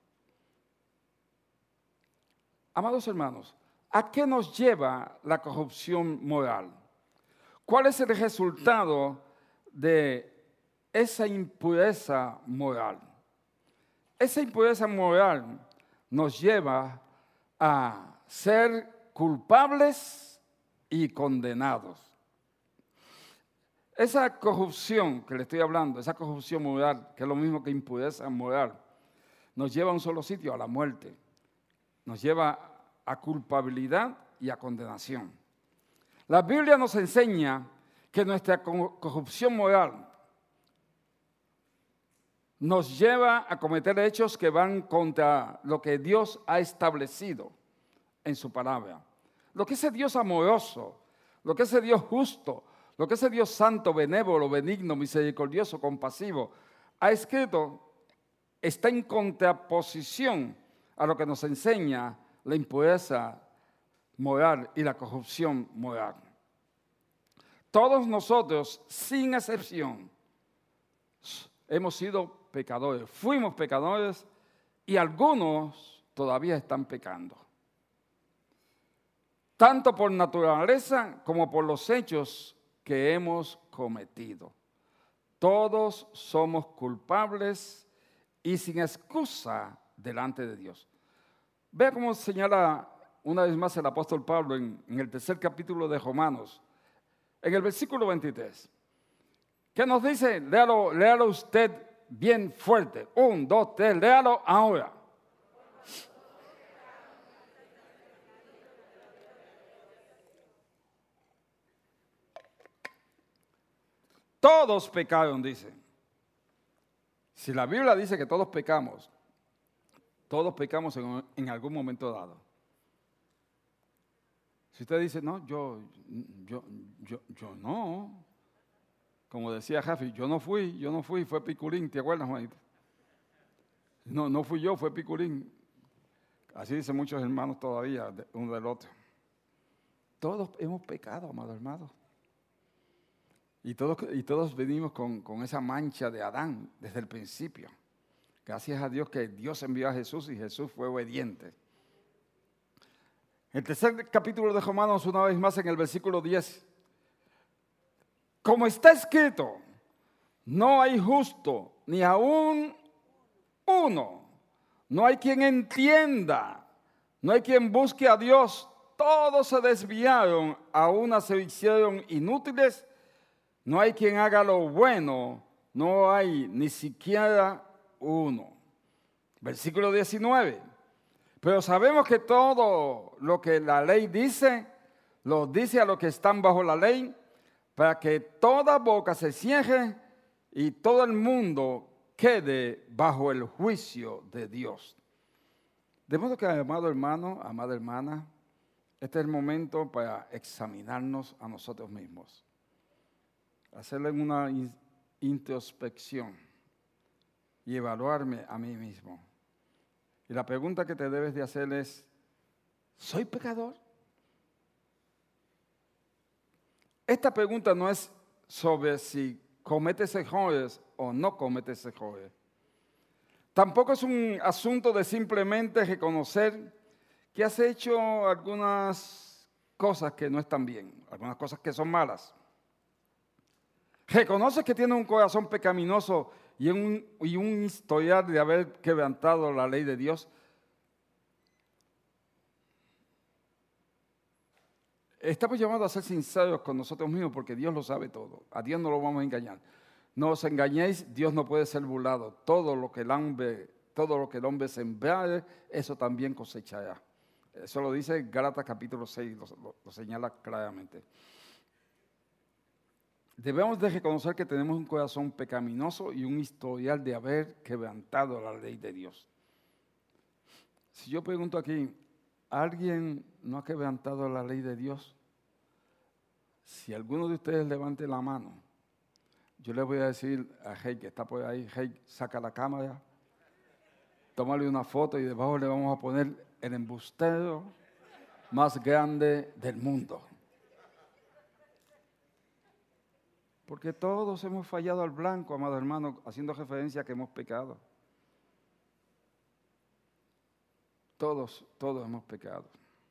Amados hermanos, ¿a qué nos lleva la corrupción moral? ¿Cuál es el resultado de esa impureza moral? Esa impureza moral nos lleva a ser culpables y condenados. Esa corrupción que le estoy hablando, esa corrupción moral, que es lo mismo que impureza moral, nos lleva a un solo sitio, a la muerte. Nos lleva a culpabilidad y a condenación. La Biblia nos enseña que nuestra corrupción moral nos lleva a cometer hechos que van contra lo que Dios ha establecido en su palabra. Lo que ese Dios amoroso, lo que ese Dios justo, lo que ese Dios santo, benévolo, benigno, misericordioso, compasivo, ha escrito, está en contraposición a lo que nos enseña la impureza moral y la corrupción moral. Todos nosotros, sin excepción, hemos sido pecadores, fuimos pecadores y algunos todavía están pecando. Tanto por naturaleza como por los hechos que hemos cometido. Todos somos culpables y sin excusa delante de Dios. Vea cómo señala una vez más el apóstol Pablo en el 3er capítulo de Romanos, en el versículo 23. ¿Qué nos dice? Léalo usted bien fuerte. 1, 2, 3, léalo ahora. Todos pecaron, dice. Si la Biblia dice que todos pecamos en algún momento dado. Si usted dice, no, yo no. Como decía Jafi, yo no fui, fue Piculín, ¿te acuerdas, Juanito? No fui yo, fue Piculín. Así dicen muchos hermanos todavía, uno del otro. Todos hemos pecado, amados hermanos. Y todos venimos con esa mancha de Adán desde el principio, Gracias a Dios que Dios envió a Jesús y Jesús fue obediente. El tercer capítulo de Romanos, una vez más en el versículo 10. Como está escrito, no hay justo ni aún uno. No hay quien entienda, no hay quien busque a Dios. Todos se desviaron, a una se hicieron inútiles. No hay quien haga lo bueno, no hay ni siquiera uno. Versículo 19. Pero sabemos que todo lo que la ley dice, lo dice a los que están bajo la ley, para que toda boca se cierre y todo el mundo quede bajo el juicio de Dios. De modo que, amado hermano, amada hermana, este es el momento para examinarnos a nosotros mismos. Hacerle una introspección y evaluarme a mí mismo. Y la pregunta que te debes de hacer es, ¿soy pecador? Esta pregunta no es sobre si cometes errores o no cometes errores. Tampoco es un asunto de simplemente reconocer que has hecho algunas cosas que no están bien, algunas cosas que son malas. Reconoces que tienes un corazón pecaminoso y un historial de haber quebrantado la ley de Dios. Estamos llamados a ser sinceros con nosotros mismos porque Dios lo sabe todo. A Dios no lo vamos a engañar. No os engañéis, Dios no puede ser burlado. Todo lo que el hombre sembrare, eso también cosechará. Eso lo dice Gálatas capítulo 6, lo señala claramente. Debemos de reconocer que tenemos un corazón pecaminoso y un historial de haber quebrantado la ley de Dios. Si yo pregunto aquí, ¿alguien no ha quebrantado la ley de Dios? Si alguno de ustedes levante la mano, yo le voy a decir a Hey, que está por ahí, Hey, saca la cámara, tómale una foto y debajo le vamos a poner el embustero más grande del mundo. Porque todos hemos fallado al blanco, amado hermano, haciendo referencia a que hemos pecado. Todos hemos pecado.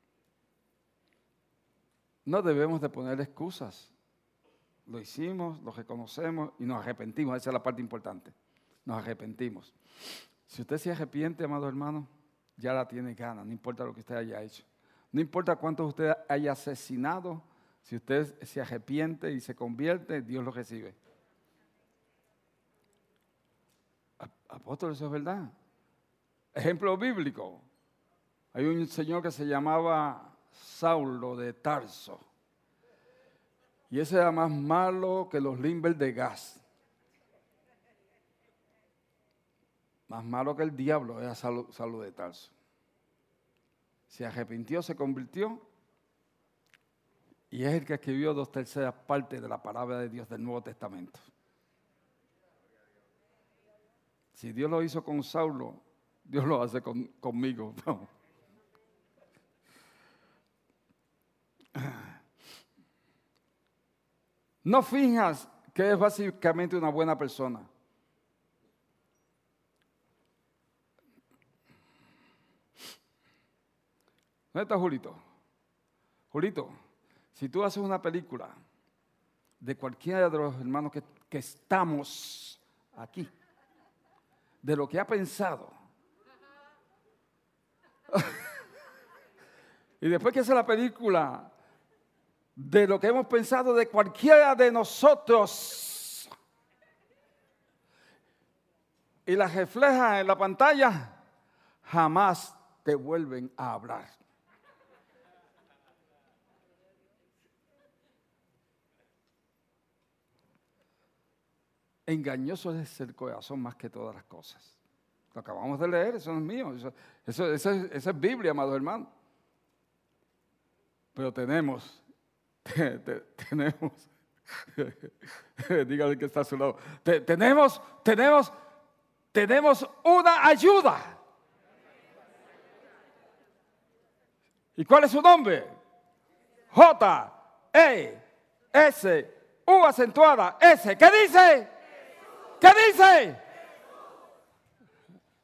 No debemos de poner excusas. Lo hicimos, lo reconocemos y nos arrepentimos. Esa es la parte importante. Nos arrepentimos. Si usted se arrepiente, amado hermano, ya la tiene gana. No importa lo que usted haya hecho. No importa cuántos usted haya asesinado. Si usted se arrepiente y se convierte, Dios lo recibe. Apóstol, eso es verdad. Ejemplo bíblico. Hay un señor que se llamaba Saulo de Tarso. Y ese era más malo que los Limber de gas. Más malo que el diablo era Saulo de Tarso. Se arrepintió, se convirtió. Y es el que escribió 2/3 partes de la palabra de Dios del Nuevo Testamento. Si Dios lo hizo con Saulo, Dios lo hace conmigo. No finjas que es básicamente una buena persona. ¿Dónde está Julito? Julito, si tú haces una película de cualquiera de los hermanos que estamos aquí, de lo que ha pensado, y después que hace la película de lo que hemos pensado de cualquiera de nosotros y la refleja en la pantalla, jamás te vuelven a hablar. Engañoso es el corazón más que todas las cosas. Lo acabamos de leer, eso no es mío, eso es Biblia, amado hermano. Pero tenemos, dígale que está a su lado, tenemos una ayuda. ¿Y cuál es su nombre? J-E-S-U acentuada S. ¿Qué dice? ¿Qué dice?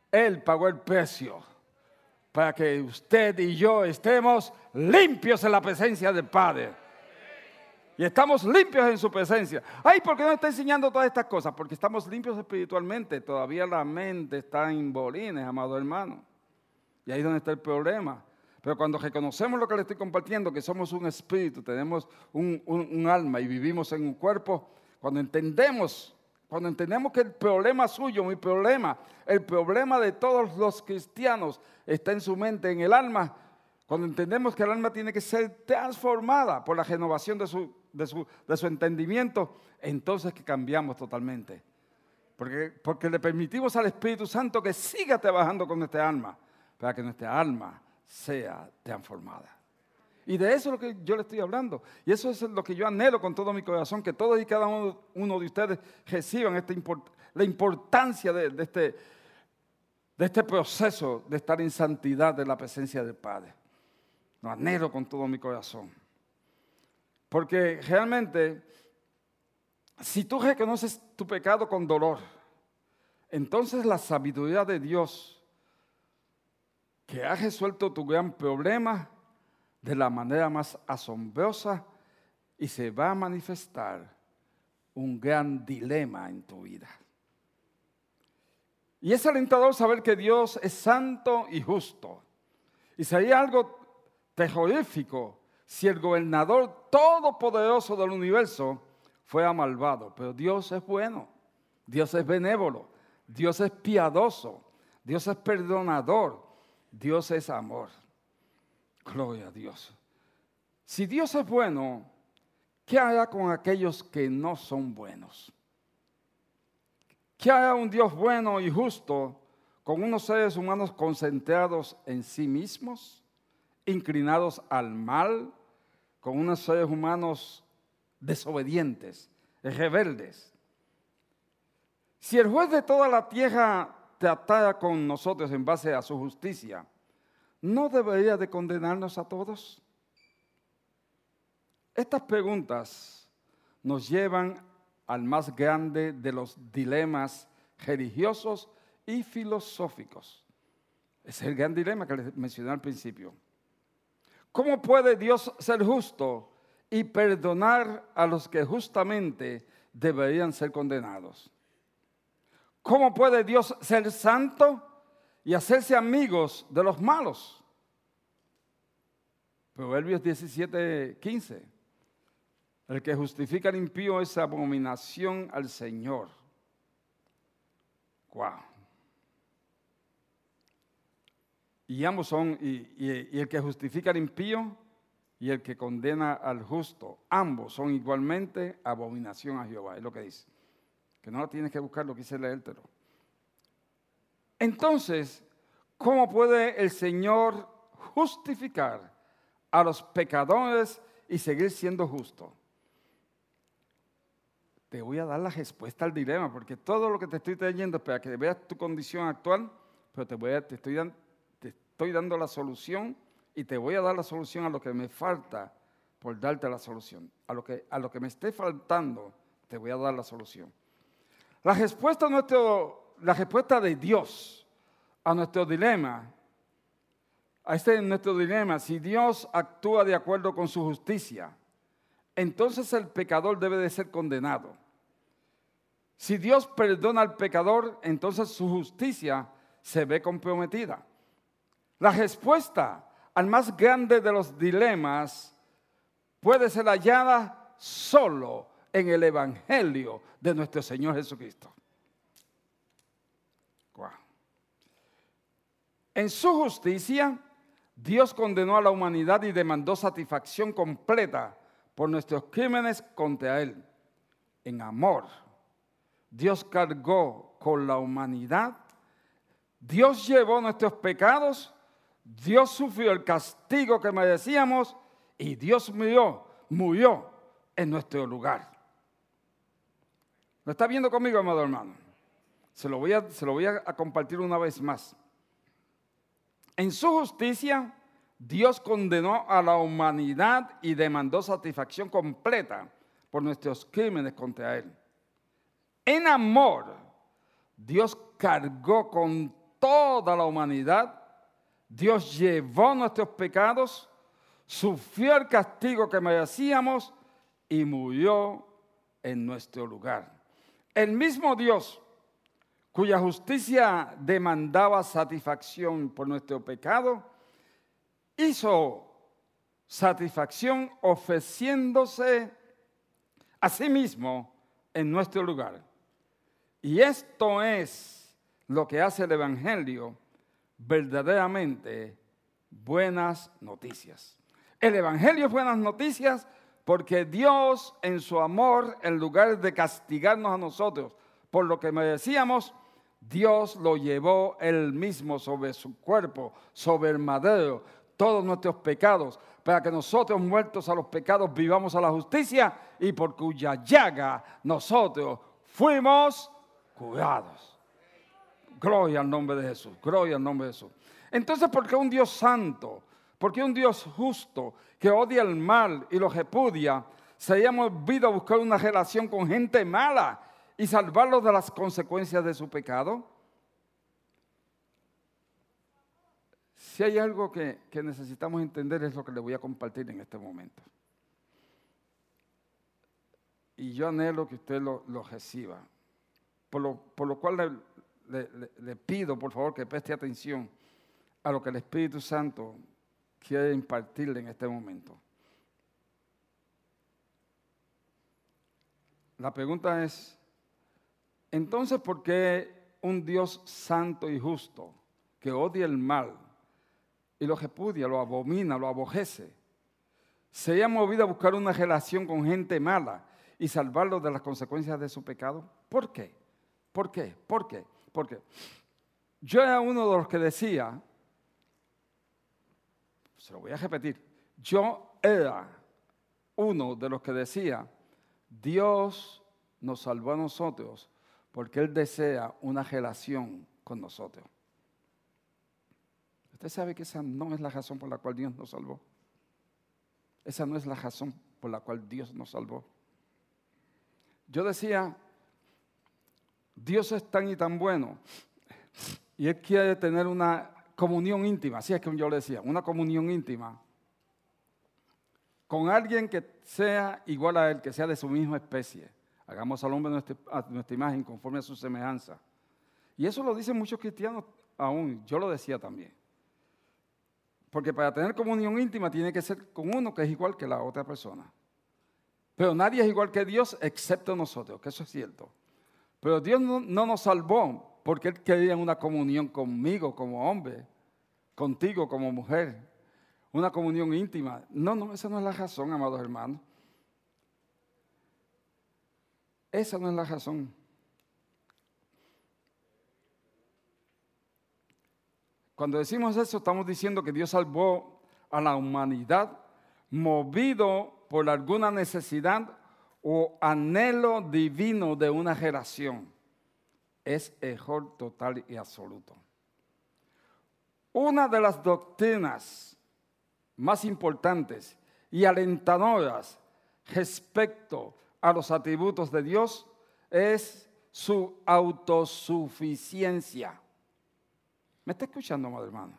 Él pagó el precio para que usted y yo estemos limpios en la presencia del Padre. Y estamos limpios en su presencia. Ay, ¿por qué no está enseñando todas estas cosas? Porque estamos limpios espiritualmente. Todavía la mente está en bolines, amado hermano. Y ahí es donde está el problema. Pero cuando reconocemos lo que le estoy compartiendo, que somos un espíritu, tenemos un alma y vivimos en un cuerpo, cuando entendemos que el problema suyo, mi problema, el problema de todos los cristianos está en su mente, en el alma, cuando entendemos que el alma tiene que ser transformada por la renovación de su entendimiento, entonces que cambiamos totalmente. Porque le permitimos al Espíritu Santo que siga trabajando con nuestra alma, para que nuestra alma sea transformada. Y de eso es lo que yo le estoy hablando. Y eso es lo que yo anhelo con todo mi corazón, que todos y cada uno de ustedes reciban la importancia de este proceso de estar en santidad de la presencia del Padre. Lo anhelo con todo mi corazón. Porque realmente, si tú reconoces tu pecado con dolor, entonces la sabiduría de Dios, que ha resuelto tu gran problema de la manera más asombrosa, y se va a manifestar un gran dilema en tu vida. Y es alentador saber que Dios es santo y justo. Y sería algo terrorífico si el gobernador todopoderoso del universo fuera malvado. Pero Dios es bueno, Dios es benévolo, Dios es piadoso, Dios es perdonador, Dios es amor. Gloria a Dios. Si Dios es bueno, ¿qué hará con aquellos que no son buenos? ¿Qué hará un Dios bueno y justo con unos seres humanos concentrados en sí mismos, inclinados al mal, con unos seres humanos desobedientes, rebeldes? Si el juez de toda la tierra tratara con nosotros en base a su justicia, ¿no debería de condenarnos a todos? Estas preguntas nos llevan al más grande de los dilemas religiosos y filosóficos. Es el gran dilema que les mencioné al principio. ¿Cómo puede Dios ser justo y perdonar a los que justamente deberían ser condenados? ¿Cómo puede Dios ser santo y hacerse amigos de los malos? Proverbios 17:15. El que justifica al impío es abominación al Señor. Wow. Y ambos son, y el que justifica al impío y el que condena al justo, ambos son igualmente abominación a Jehová. Es lo que dice. Que no lo tienes que buscar, lo quise leértelo. Entonces, ¿cómo puede el Señor justificar a los pecadores y seguir siendo justo? Te voy a dar la respuesta al dilema, porque todo lo que te estoy trayendo es para que veas tu condición actual, pero te estoy dando la solución y te voy a dar la solución a lo que me falta por darte la solución. A lo que me esté faltando, te voy a dar la solución. La respuesta de Dios a nuestro dilema, nuestro dilema, si Dios actúa de acuerdo con su justicia, entonces el pecador debe de ser condenado. Si Dios perdona al pecador, entonces su justicia se ve comprometida. La respuesta al más grande de los dilemas puede ser hallada solo en el Evangelio de nuestro Señor Jesucristo. Wow. En su justicia, Dios condenó a la humanidad y demandó satisfacción completa por nuestros crímenes contra Él. En amor, Dios cargó con la humanidad, Dios llevó nuestros pecados, Dios sufrió el castigo que merecíamos y Dios murió en nuestro lugar. ¿Lo está viendo conmigo, amado hermano? Se lo voy a compartir una vez más. En su justicia, Dios condenó a la humanidad y demandó satisfacción completa por nuestros crímenes contra Él. En amor, Dios cargó con toda la humanidad, Dios llevó nuestros pecados, sufrió el castigo que merecíamos y murió en nuestro lugar. El mismo Dios, cuya justicia demandaba satisfacción por nuestro pecado, hizo satisfacción ofreciéndose a sí mismo en nuestro lugar. Y esto es lo que hace el Evangelio verdaderamente buenas noticias. El Evangelio es buenas noticias porque Dios, en su amor, en lugar de castigarnos a nosotros por lo que merecíamos, Dios lo llevó Él mismo sobre su cuerpo, sobre el madero, todos nuestros pecados, para que nosotros, muertos a los pecados, vivamos a la justicia y por cuya llaga nosotros fuimos curados. Gloria al nombre de Jesús, gloria al nombre de Jesús. Entonces, ¿por qué un Dios santo? ¿Por qué un Dios justo que odia el mal y lo repudia se haya movido a buscar una relación con gente mala y salvarlos de las consecuencias de su pecado? Si hay algo que necesitamos entender es lo que les voy a compartir en este momento. Y yo anhelo que usted lo reciba. Por lo cual le pido, por favor, que preste atención a lo que el Espíritu Santo quiere impartirle en este momento. La pregunta es, entonces, ¿por qué un Dios santo y justo que odia el mal y lo repudia, lo abomina, lo aborrece, se haya movido a buscar una relación con gente mala y salvarlos de las consecuencias de su pecado? ¿Por qué? ¿Por qué? ¿Por qué? ¿Por qué? Yo era uno de los que decía, se lo voy a repetir, yo era uno de los que decía, Dios nos salvó a nosotros porque Él desea una relación con nosotros. Usted sabe que esa no es la razón por la cual Dios nos salvó. Esa no es la razón por la cual Dios nos salvó. Yo decía, Dios es tan y tan bueno y Él quiere tener una comunión íntima, así es que yo le decía, una comunión íntima con alguien que sea igual a Él, que sea de su misma especie. Hagamos al hombre a nuestra imagen, conforme a su semejanza. Y eso lo dicen muchos cristianos aún, yo lo decía también. Porque para tener comunión íntima tiene que ser con uno que es igual que la otra persona. Pero nadie es igual que Dios excepto nosotros, que eso es cierto. Pero Dios no nos salvó porque Él quería una comunión conmigo como hombre, contigo como mujer, una comunión íntima. No, esa no es la razón, amados hermanos. Esa no es la razón. Cuando decimos eso, estamos diciendo que Dios salvó a la humanidad movido por alguna necesidad o anhelo divino de una relación. Es error total y absoluto. Una de las doctrinas más importantes y alentadoras respecto a los atributos de Dios es su autosuficiencia. ¿Me está escuchando, amado hermano?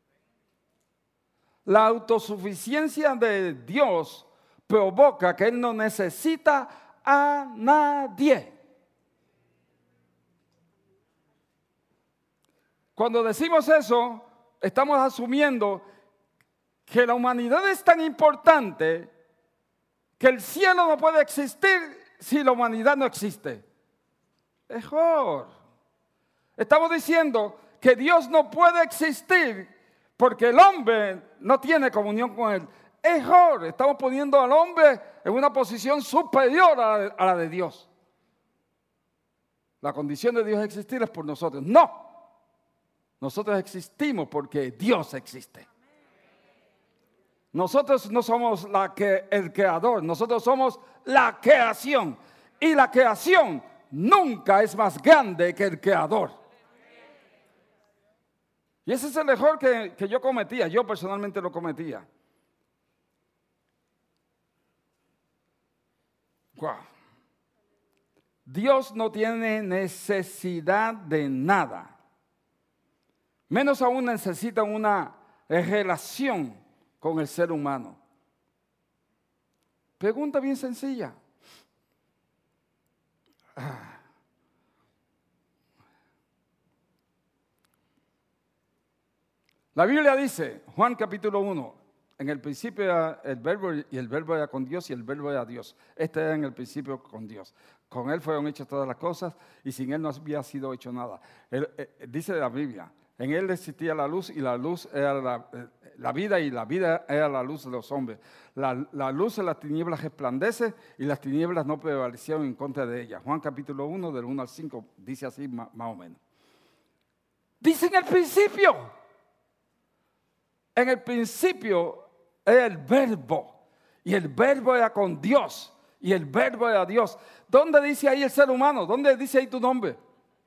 La autosuficiencia de Dios provoca que Él no necesita a nadie. Cuando decimos eso, estamos asumiendo que la humanidad es tan importante que el cielo no puede existir si la humanidad no existe. Error. Estamos diciendo que Dios no puede existir porque el hombre no tiene comunión con Él. Error. Estamos poniendo al hombre en una posición superior a la de Dios. La condición de Dios existir es por nosotros. No. Nosotros existimos porque Dios existe. Nosotros no somos el creador, nosotros somos la creación. Y la creación nunca es más grande que el creador. Y ese es el error que yo cometía, yo personalmente lo cometía. Wow. Dios no tiene necesidad de nada. Menos aún necesitan una relación con el ser humano. Pregunta bien sencilla. La Biblia dice, Juan capítulo 1, en el principio era el verbo y el verbo era con Dios y el verbo era Dios. Este era en el principio con Dios. Con Él fueron hechas todas las cosas y sin Él no había sido hecho nada. Dice la Biblia, en Él existía la luz y la luz era la vida y la vida era la luz de los hombres. La luz de las tinieblas resplandece y las tinieblas no prevalecieron en contra de ella. Juan capítulo 1, del 1 al 5, dice así más o menos. Dice en el principio. En el principio era el verbo y el verbo era con Dios y el verbo era Dios. ¿Dónde dice ahí el ser humano? ¿Dónde dice ahí tu nombre?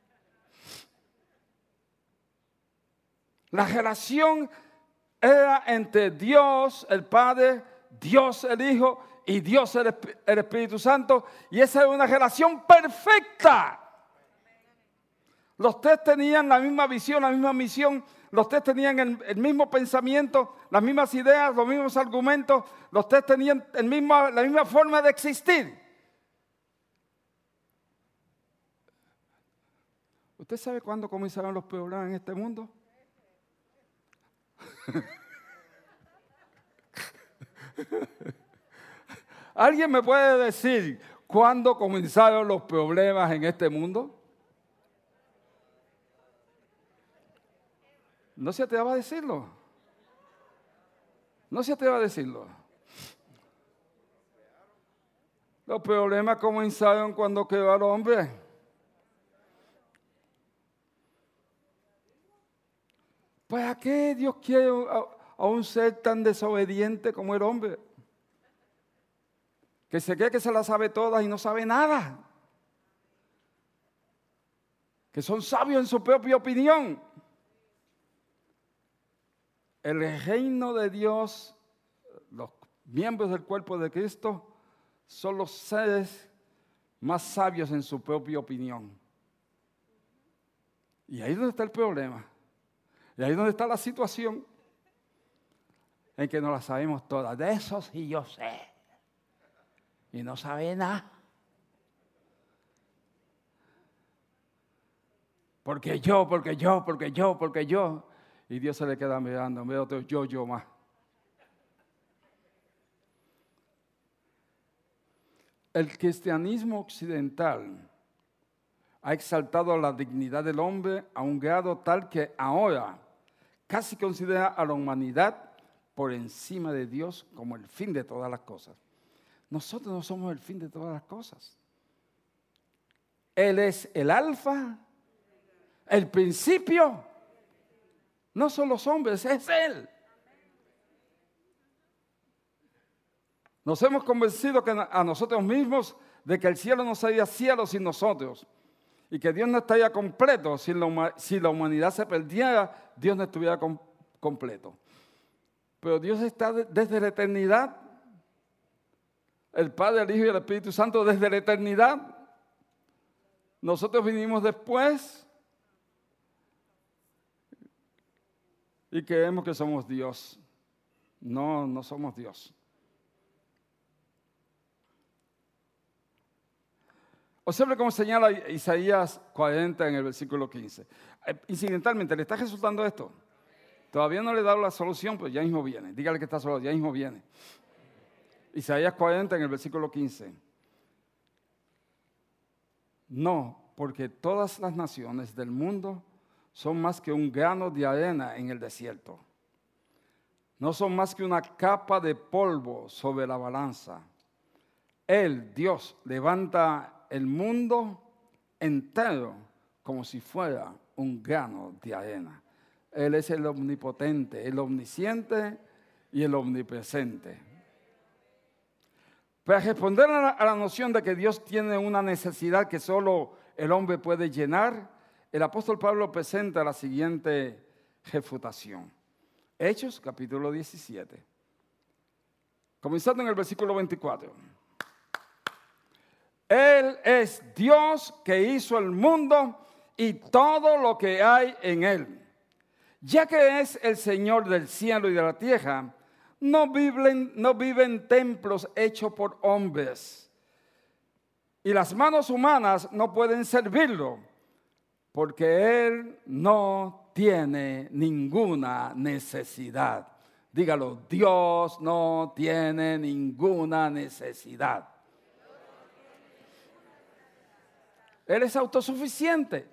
La relación era entre Dios el Padre, Dios el Hijo y Dios el Espíritu Santo, y esa era una relación perfecta. Los tres tenían la misma visión, la misma misión. Los tres tenían el mismo pensamiento, las mismas ideas, los mismos argumentos. Los tres tenían la misma forma de existir. ¿Usted sabe cuándo comenzaron los problemas en este mundo? ¿Alguien me puede decir cuándo comenzaron los problemas en este mundo? No se atreva a decirlo. No se atreva a decirlo. Los problemas comenzaron cuando quedó el hombre. ¿Para qué Dios quiere a un ser tan desobediente como el hombre? Que se cree que se la sabe todas y no sabe nada. Que son sabios en su propia opinión. El reino de Dios, los miembros del cuerpo de Cristo, son los seres más sabios en su propia opinión. Y ahí es donde está el problema. Y ahí es donde está la situación en que no la sabemos todas. De eso sí yo sé. Y no sabe nada. Porque yo. Y Dios se le queda mirando, ve otro yo más. El cristianismo occidental ha exaltado la dignidad del hombre a un grado tal que ahora casi considera a la humanidad por encima de Dios como el fin de todas las cosas. Nosotros no somos el fin de todas las cosas. Él es el alfa, el principio. No son los hombres, es Él. Nos hemos convencido a nosotros mismos de que el cielo no sería cielo sin nosotros y que Dios no estaría completo si la humanidad se perdiera, Dios no estuviera completo. Pero Dios está desde la eternidad, el Padre, el Hijo y el Espíritu Santo desde la eternidad. Nosotros vinimos después. Y creemos que somos Dios. No, no somos Dios. Observe cómo señala Isaías 40 en el versículo 15. Incidentalmente, ¿le está resultando esto? Todavía no le he dado la solución, pero ya mismo viene. Dígale que está solo, ya mismo viene. Isaías 40 en el versículo 15. No, porque todas las naciones del mundo son más que un grano de arena en el desierto. No son más que una capa de polvo sobre la balanza. Él, Dios, levanta el mundo entero como si fuera un grano de arena. Él es el omnipotente, el omnisciente y el omnipresente. Para responder a la noción de que Dios tiene una necesidad que solo el hombre puede llenar, el apóstol Pablo presenta la siguiente refutación. Hechos, capítulo 17. Comenzando en el versículo 24. Él es Dios que hizo el mundo y todo lo que hay en él. Ya que es el Señor del cielo y de la tierra, no vive en templos hechos por hombres. Y las manos humanas no pueden servirlo, porque Él no tiene ninguna necesidad. Dígalo, Dios no tiene ninguna necesidad. Él es autosuficiente.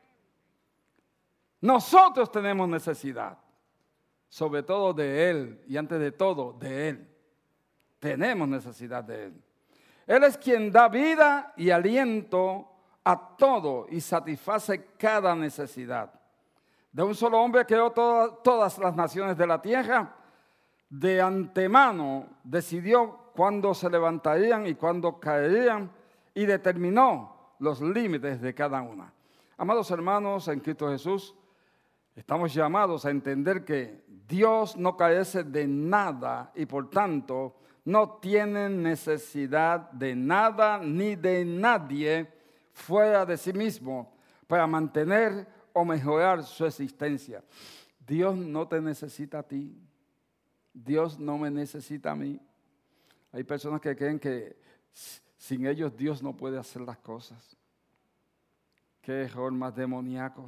Nosotros tenemos necesidad, sobre todo de Él y antes de todo de Él. Tenemos necesidad de Él. Él es quien da vida y aliento a todo y satisface cada necesidad. De un solo hombre creó todas las naciones de la tierra. De antemano decidió cuándo se levantarían y cuándo caerían y determinó los límites de cada una. Amados hermanos en Cristo Jesús, estamos llamados a entender que Dios no carece de nada y por tanto no tiene necesidad de nada ni de nadie fuera de sí mismo para mantener o mejorar su existencia. Dios no te necesita a ti. Dios no me necesita a mí. Hay personas que creen que sin ellos Dios no puede hacer las cosas. Qué error más demoníaco.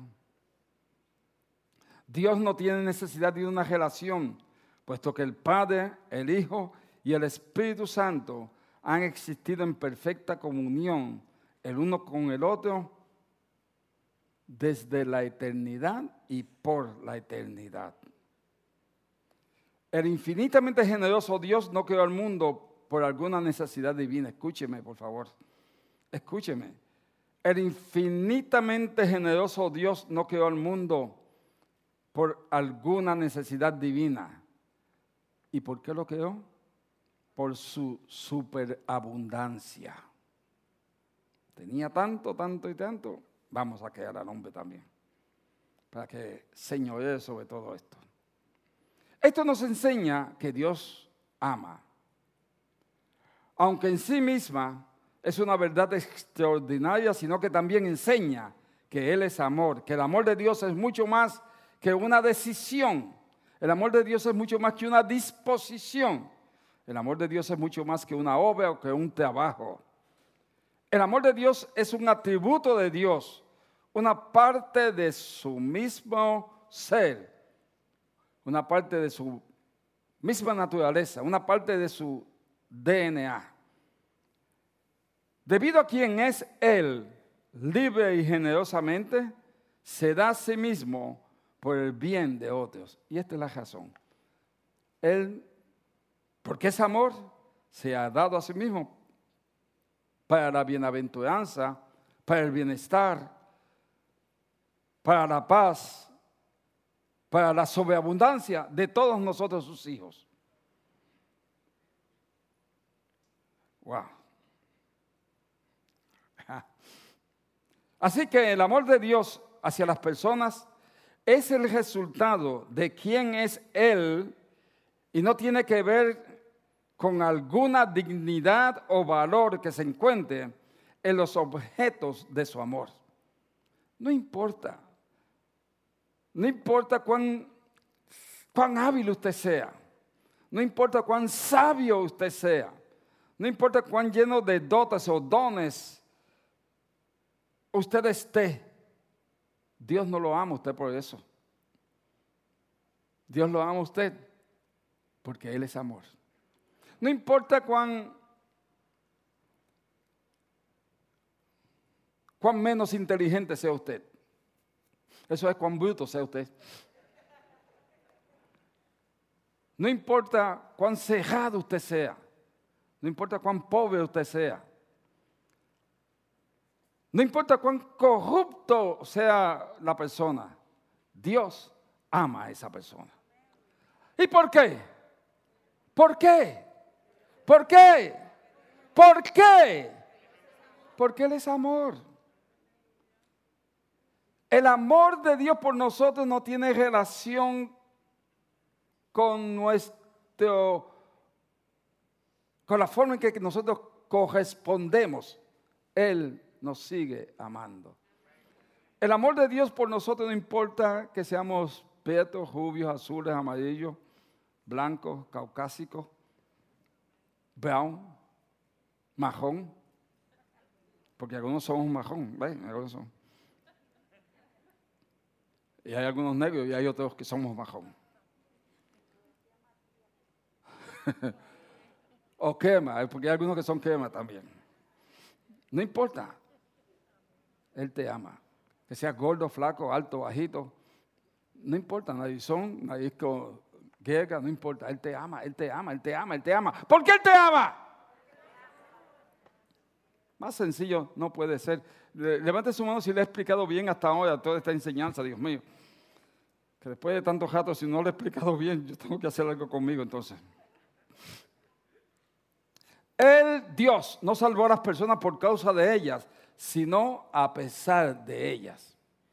Dios no tiene necesidad de una relación, puesto que el Padre, el Hijo y el Espíritu Santo han existido en perfecta comunión el uno con el otro desde la eternidad y por la eternidad. El infinitamente generoso Dios no creó al mundo por alguna necesidad divina. Escúcheme, por favor. Escúcheme. El infinitamente generoso Dios no creó al mundo por alguna necesidad divina. ¿Y por qué lo creó? Por su superabundancia. Tenía tanto, tanto y tanto. Vamos a crear al hombre también, para que señoree sobre todo esto. Esto nos enseña que Dios ama. Aunque en sí misma es una verdad extraordinaria, sino que también enseña que Él es amor, que el amor de Dios es mucho más que una decisión. El amor de Dios es mucho más que una disposición. El amor de Dios es mucho más que una obra o que un trabajo. El amor de Dios es un atributo de Dios, una parte de su mismo ser, una parte de su misma naturaleza, una parte de su DNA. Debido a quien es Él, libre y generosamente, se da a sí mismo por el bien de otros. Y esta es la razón. Él, porque es amor, se ha dado a sí mismo para la bienaventuranza, para el bienestar, para la paz, para la sobreabundancia de todos nosotros sus hijos. Wow. Así que el amor de Dios hacia las personas es el resultado de quién es Él y no tiene que ver con alguna dignidad o valor que se encuentre en los objetos de su amor. No importa. No importa cuán hábil usted sea. No importa cuán sabio usted sea. No importa cuán lleno de dotes o dones usted esté. Dios no lo ama a usted por eso. Dios lo ama a usted porque Él es amor. No importa cuán menos inteligente sea usted. Eso es cuán bruto sea usted. No importa cuán cejado usted sea. No importa cuán pobre usted sea. No importa cuán corrupto sea la persona. Dios ama a esa persona. ¿Y por qué? ¿Por qué? ¿Por qué? ¿Por qué? Porque Él es amor. El amor de Dios por nosotros no tiene relación con la forma en que nosotros correspondemos. Él nos sigue amando. El amor de Dios por nosotros no importa que seamos prietos, rubios, azules, amarillos, blancos, caucásicos, brown, marrón, porque algunos somos marrón, ¿ven? Algunos son. Y hay algunos negros y hay otros que somos marrón. O crema, porque hay algunos que son crema también. No importa. Él te ama. Que seas gordo, flaco, alto, bajito. No importa, narizón, nariz griega, no importa. Él te ama, Él te ama, Él te ama, Él te ama. ¿Por qué Él te ama? Más sencillo no puede ser. Levante su mano si le he explicado bien hasta ahora toda esta enseñanza, Dios mío. Que después de tantos ratos, si no le he explicado bien, yo tengo que hacer algo conmigo entonces. Dios, no salvó a las personas por causa de ellas, sino a pesar de ellas.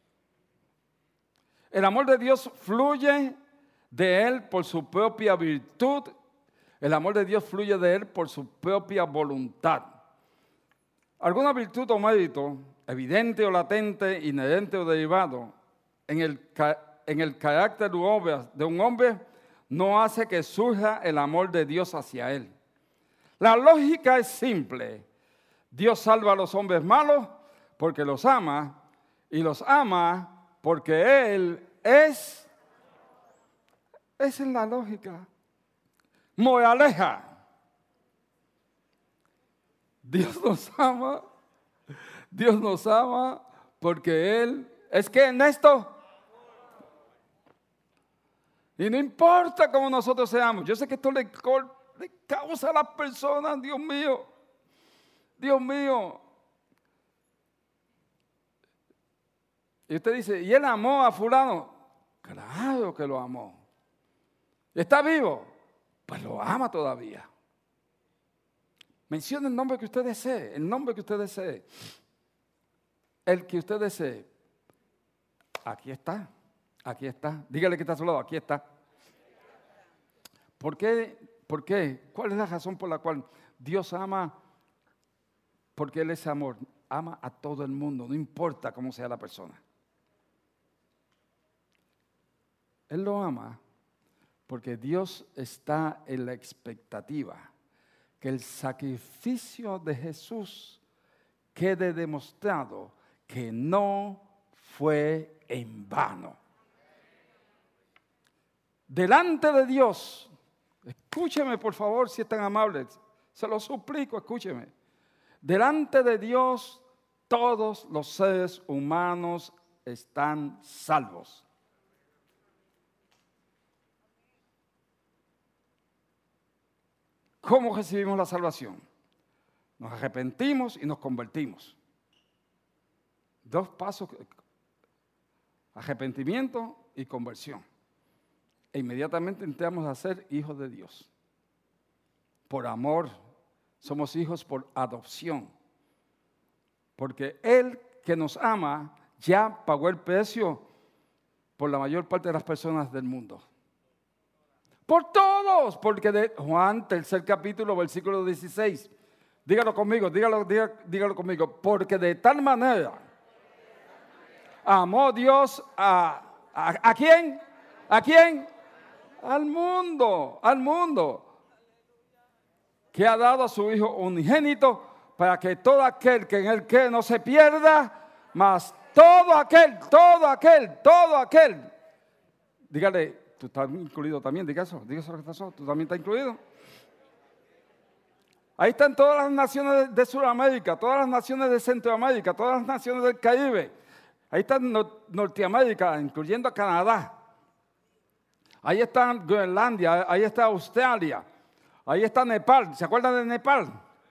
El amor de Dios fluye de Él por su propia virtud. El amor de Dios fluye de Él por su propia voluntad. Alguna virtud o mérito, evidente o latente, inherente o derivado, en el carácter de un hombre, no hace que surja el amor de Dios hacia él. La lógica es simple. Dios salva a los hombres malos porque los ama, y los ama porque Él es. Esa es la lógica. Moraleja. Dios nos ama porque Él es que Ernesto. Y no importa cómo nosotros seamos. Yo sé que esto le causa a las personas, Dios mío. Dios mío. Y usted dice, ¿y él amó a fulano? Claro que lo amó. ¿Está vivo? Pues lo ama todavía. Mencione el nombre que usted desee, el nombre que usted desee. El que usted desee. Aquí está, aquí está. Dígale que está a su lado, aquí está. ¿Por qué? ¿Por qué? ¿Cuál es la razón por la cual Dios ama? Porque Él es amor. Ama a todo el mundo, no importa cómo sea la persona. Él lo ama porque Dios está en la expectativa que el sacrificio de Jesús quede demostrado que no fue en vano. Delante de Dios, escúcheme por favor si es tan amable, se lo suplico, escúcheme. Delante de Dios todos los seres humanos están salvos. ¿Cómo recibimos la salvación? Nos arrepentimos y nos convertimos. Dos pasos: arrepentimiento y conversión. E inmediatamente entramos a ser hijos de Dios. Por amor, somos hijos por adopción. Porque Él que nos ama ya pagó el precio por la mayor parte de las personas del mundo. Por todos, porque de Juan, 3 capítulo, versículo 16. Dígalo conmigo, dígalo conmigo. Porque de tal manera amó Dios ¿a quién? ¿A quién? Al mundo. Que ha dado a su Hijo unigénito para que todo aquel que en Él cree no se pierda, mas todo aquel. Dígale. Tú estás incluido también, diga eso lo que estás, tú también estás incluido. Ahí están todas las naciones de Sudamérica, todas las naciones de Centroamérica, todas las naciones del Caribe. Ahí está Norteamérica, incluyendo a Canadá. Ahí está Groenlandia, ahí está Australia, ahí está Nepal. ¿Se acuerdan de Nepal?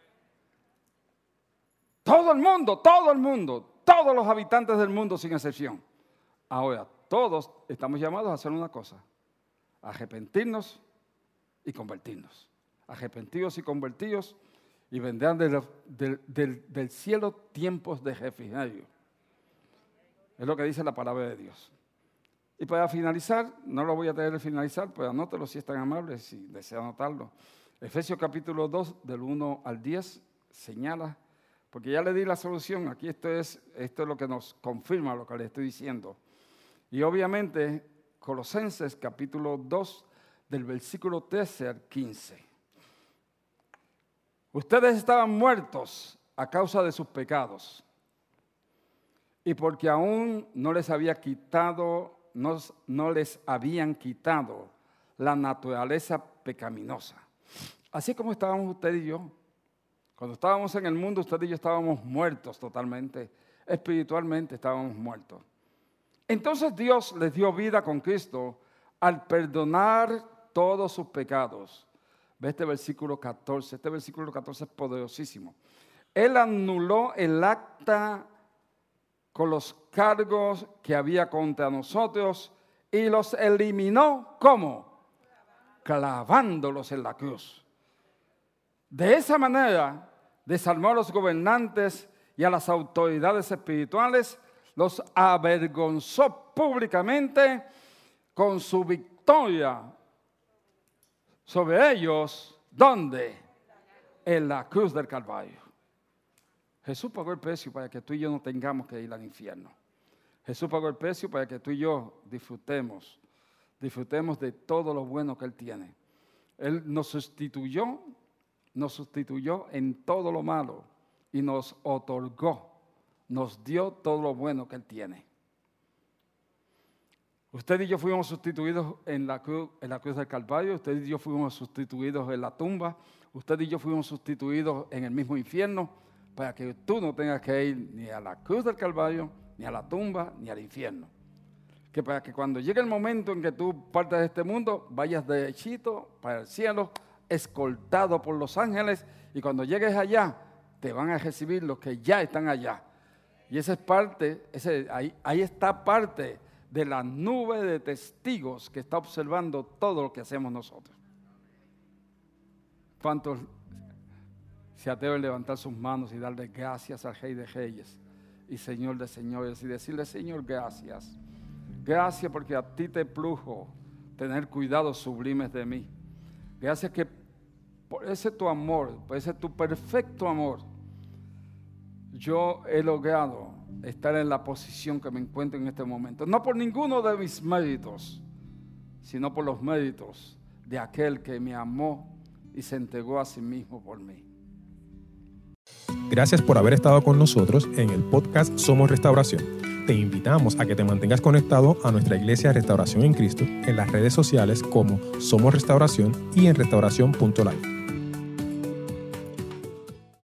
Todo el mundo, todos los habitantes del mundo sin excepción. Ahora, todos estamos llamados a hacer una cosa: arrepentirnos y convertirnos. Arrepentidos y convertidos, y vendrán del cielo tiempos de refrigerio. Es lo que dice la palabra de Dios. Y para finalizar, no lo voy a tener que finalizar, pero anótelo si es tan amable, si desea anotarlo. Efesios capítulo 2, del 1 al 10, señala, porque ya le di la solución, aquí esto es lo que nos confirma lo que le estoy diciendo. Y obviamente, Colosenses capítulo 2, del versículo 13 al 15. Ustedes estaban muertos a causa de sus pecados, y porque aún no les habían quitado la naturaleza pecaminosa. Así como estábamos usted y yo. Cuando estábamos en el mundo, usted y yo estábamos muertos totalmente. Espiritualmente estábamos muertos. Entonces Dios les dio vida con Cristo al perdonar todos sus pecados. Ve este versículo 14. Este versículo 14 es poderosísimo. Él anuló el acta con los cargos que había contra nosotros y los eliminó, ¿cómo? Clavándolos en la cruz. De esa manera desarmó a los gobernantes y a las autoridades espirituales, los avergonzó públicamente con su victoria sobre ellos. ¿Dónde? En la cruz del Calvario. Jesús pagó el precio para que tú y yo no tengamos que ir al infierno. Jesús pagó el precio para que tú y yo disfrutemos de todo lo bueno que Él tiene. Él nos sustituyó en todo lo malo y nos otorgó, nos dio todo lo bueno que Él tiene. Usted y yo fuimos sustituidos en la cruz del Calvario, usted y yo fuimos sustituidos en la tumba, usted y yo fuimos sustituidos en el mismo infierno, para que tú no tengas que ir ni a la cruz del Calvario, ni a la tumba, ni al infierno. Que para que cuando llegue el momento en que tú partas de este mundo, vayas derechito para el cielo, escoltado por los ángeles, y cuando llegues allá, te van a recibir los que ya están allá. Y esa es parte, ahí está parte de la nube de testigos que está observando todo lo que hacemos nosotros. ¿Cuántos se atreven a levantar sus manos y darle gracias al Rey de Reyes y Señor de Señores y decirle: Señor, gracias? Gracias porque a ti te plujo tener cuidados sublimes de mí. Gracias que por ese tu amor, por ese tu perfecto amor, yo he logrado estar en la posición que me encuentro en este momento. No por ninguno de mis méritos, sino por los méritos de aquel que me amó y se entregó a sí mismo por mí. Gracias por haber estado con nosotros en el podcast Somos Restauración. Te invitamos a que te mantengas conectado a nuestra iglesia Restauración en Cristo en las redes sociales como Somos Restauración y en restauración.life.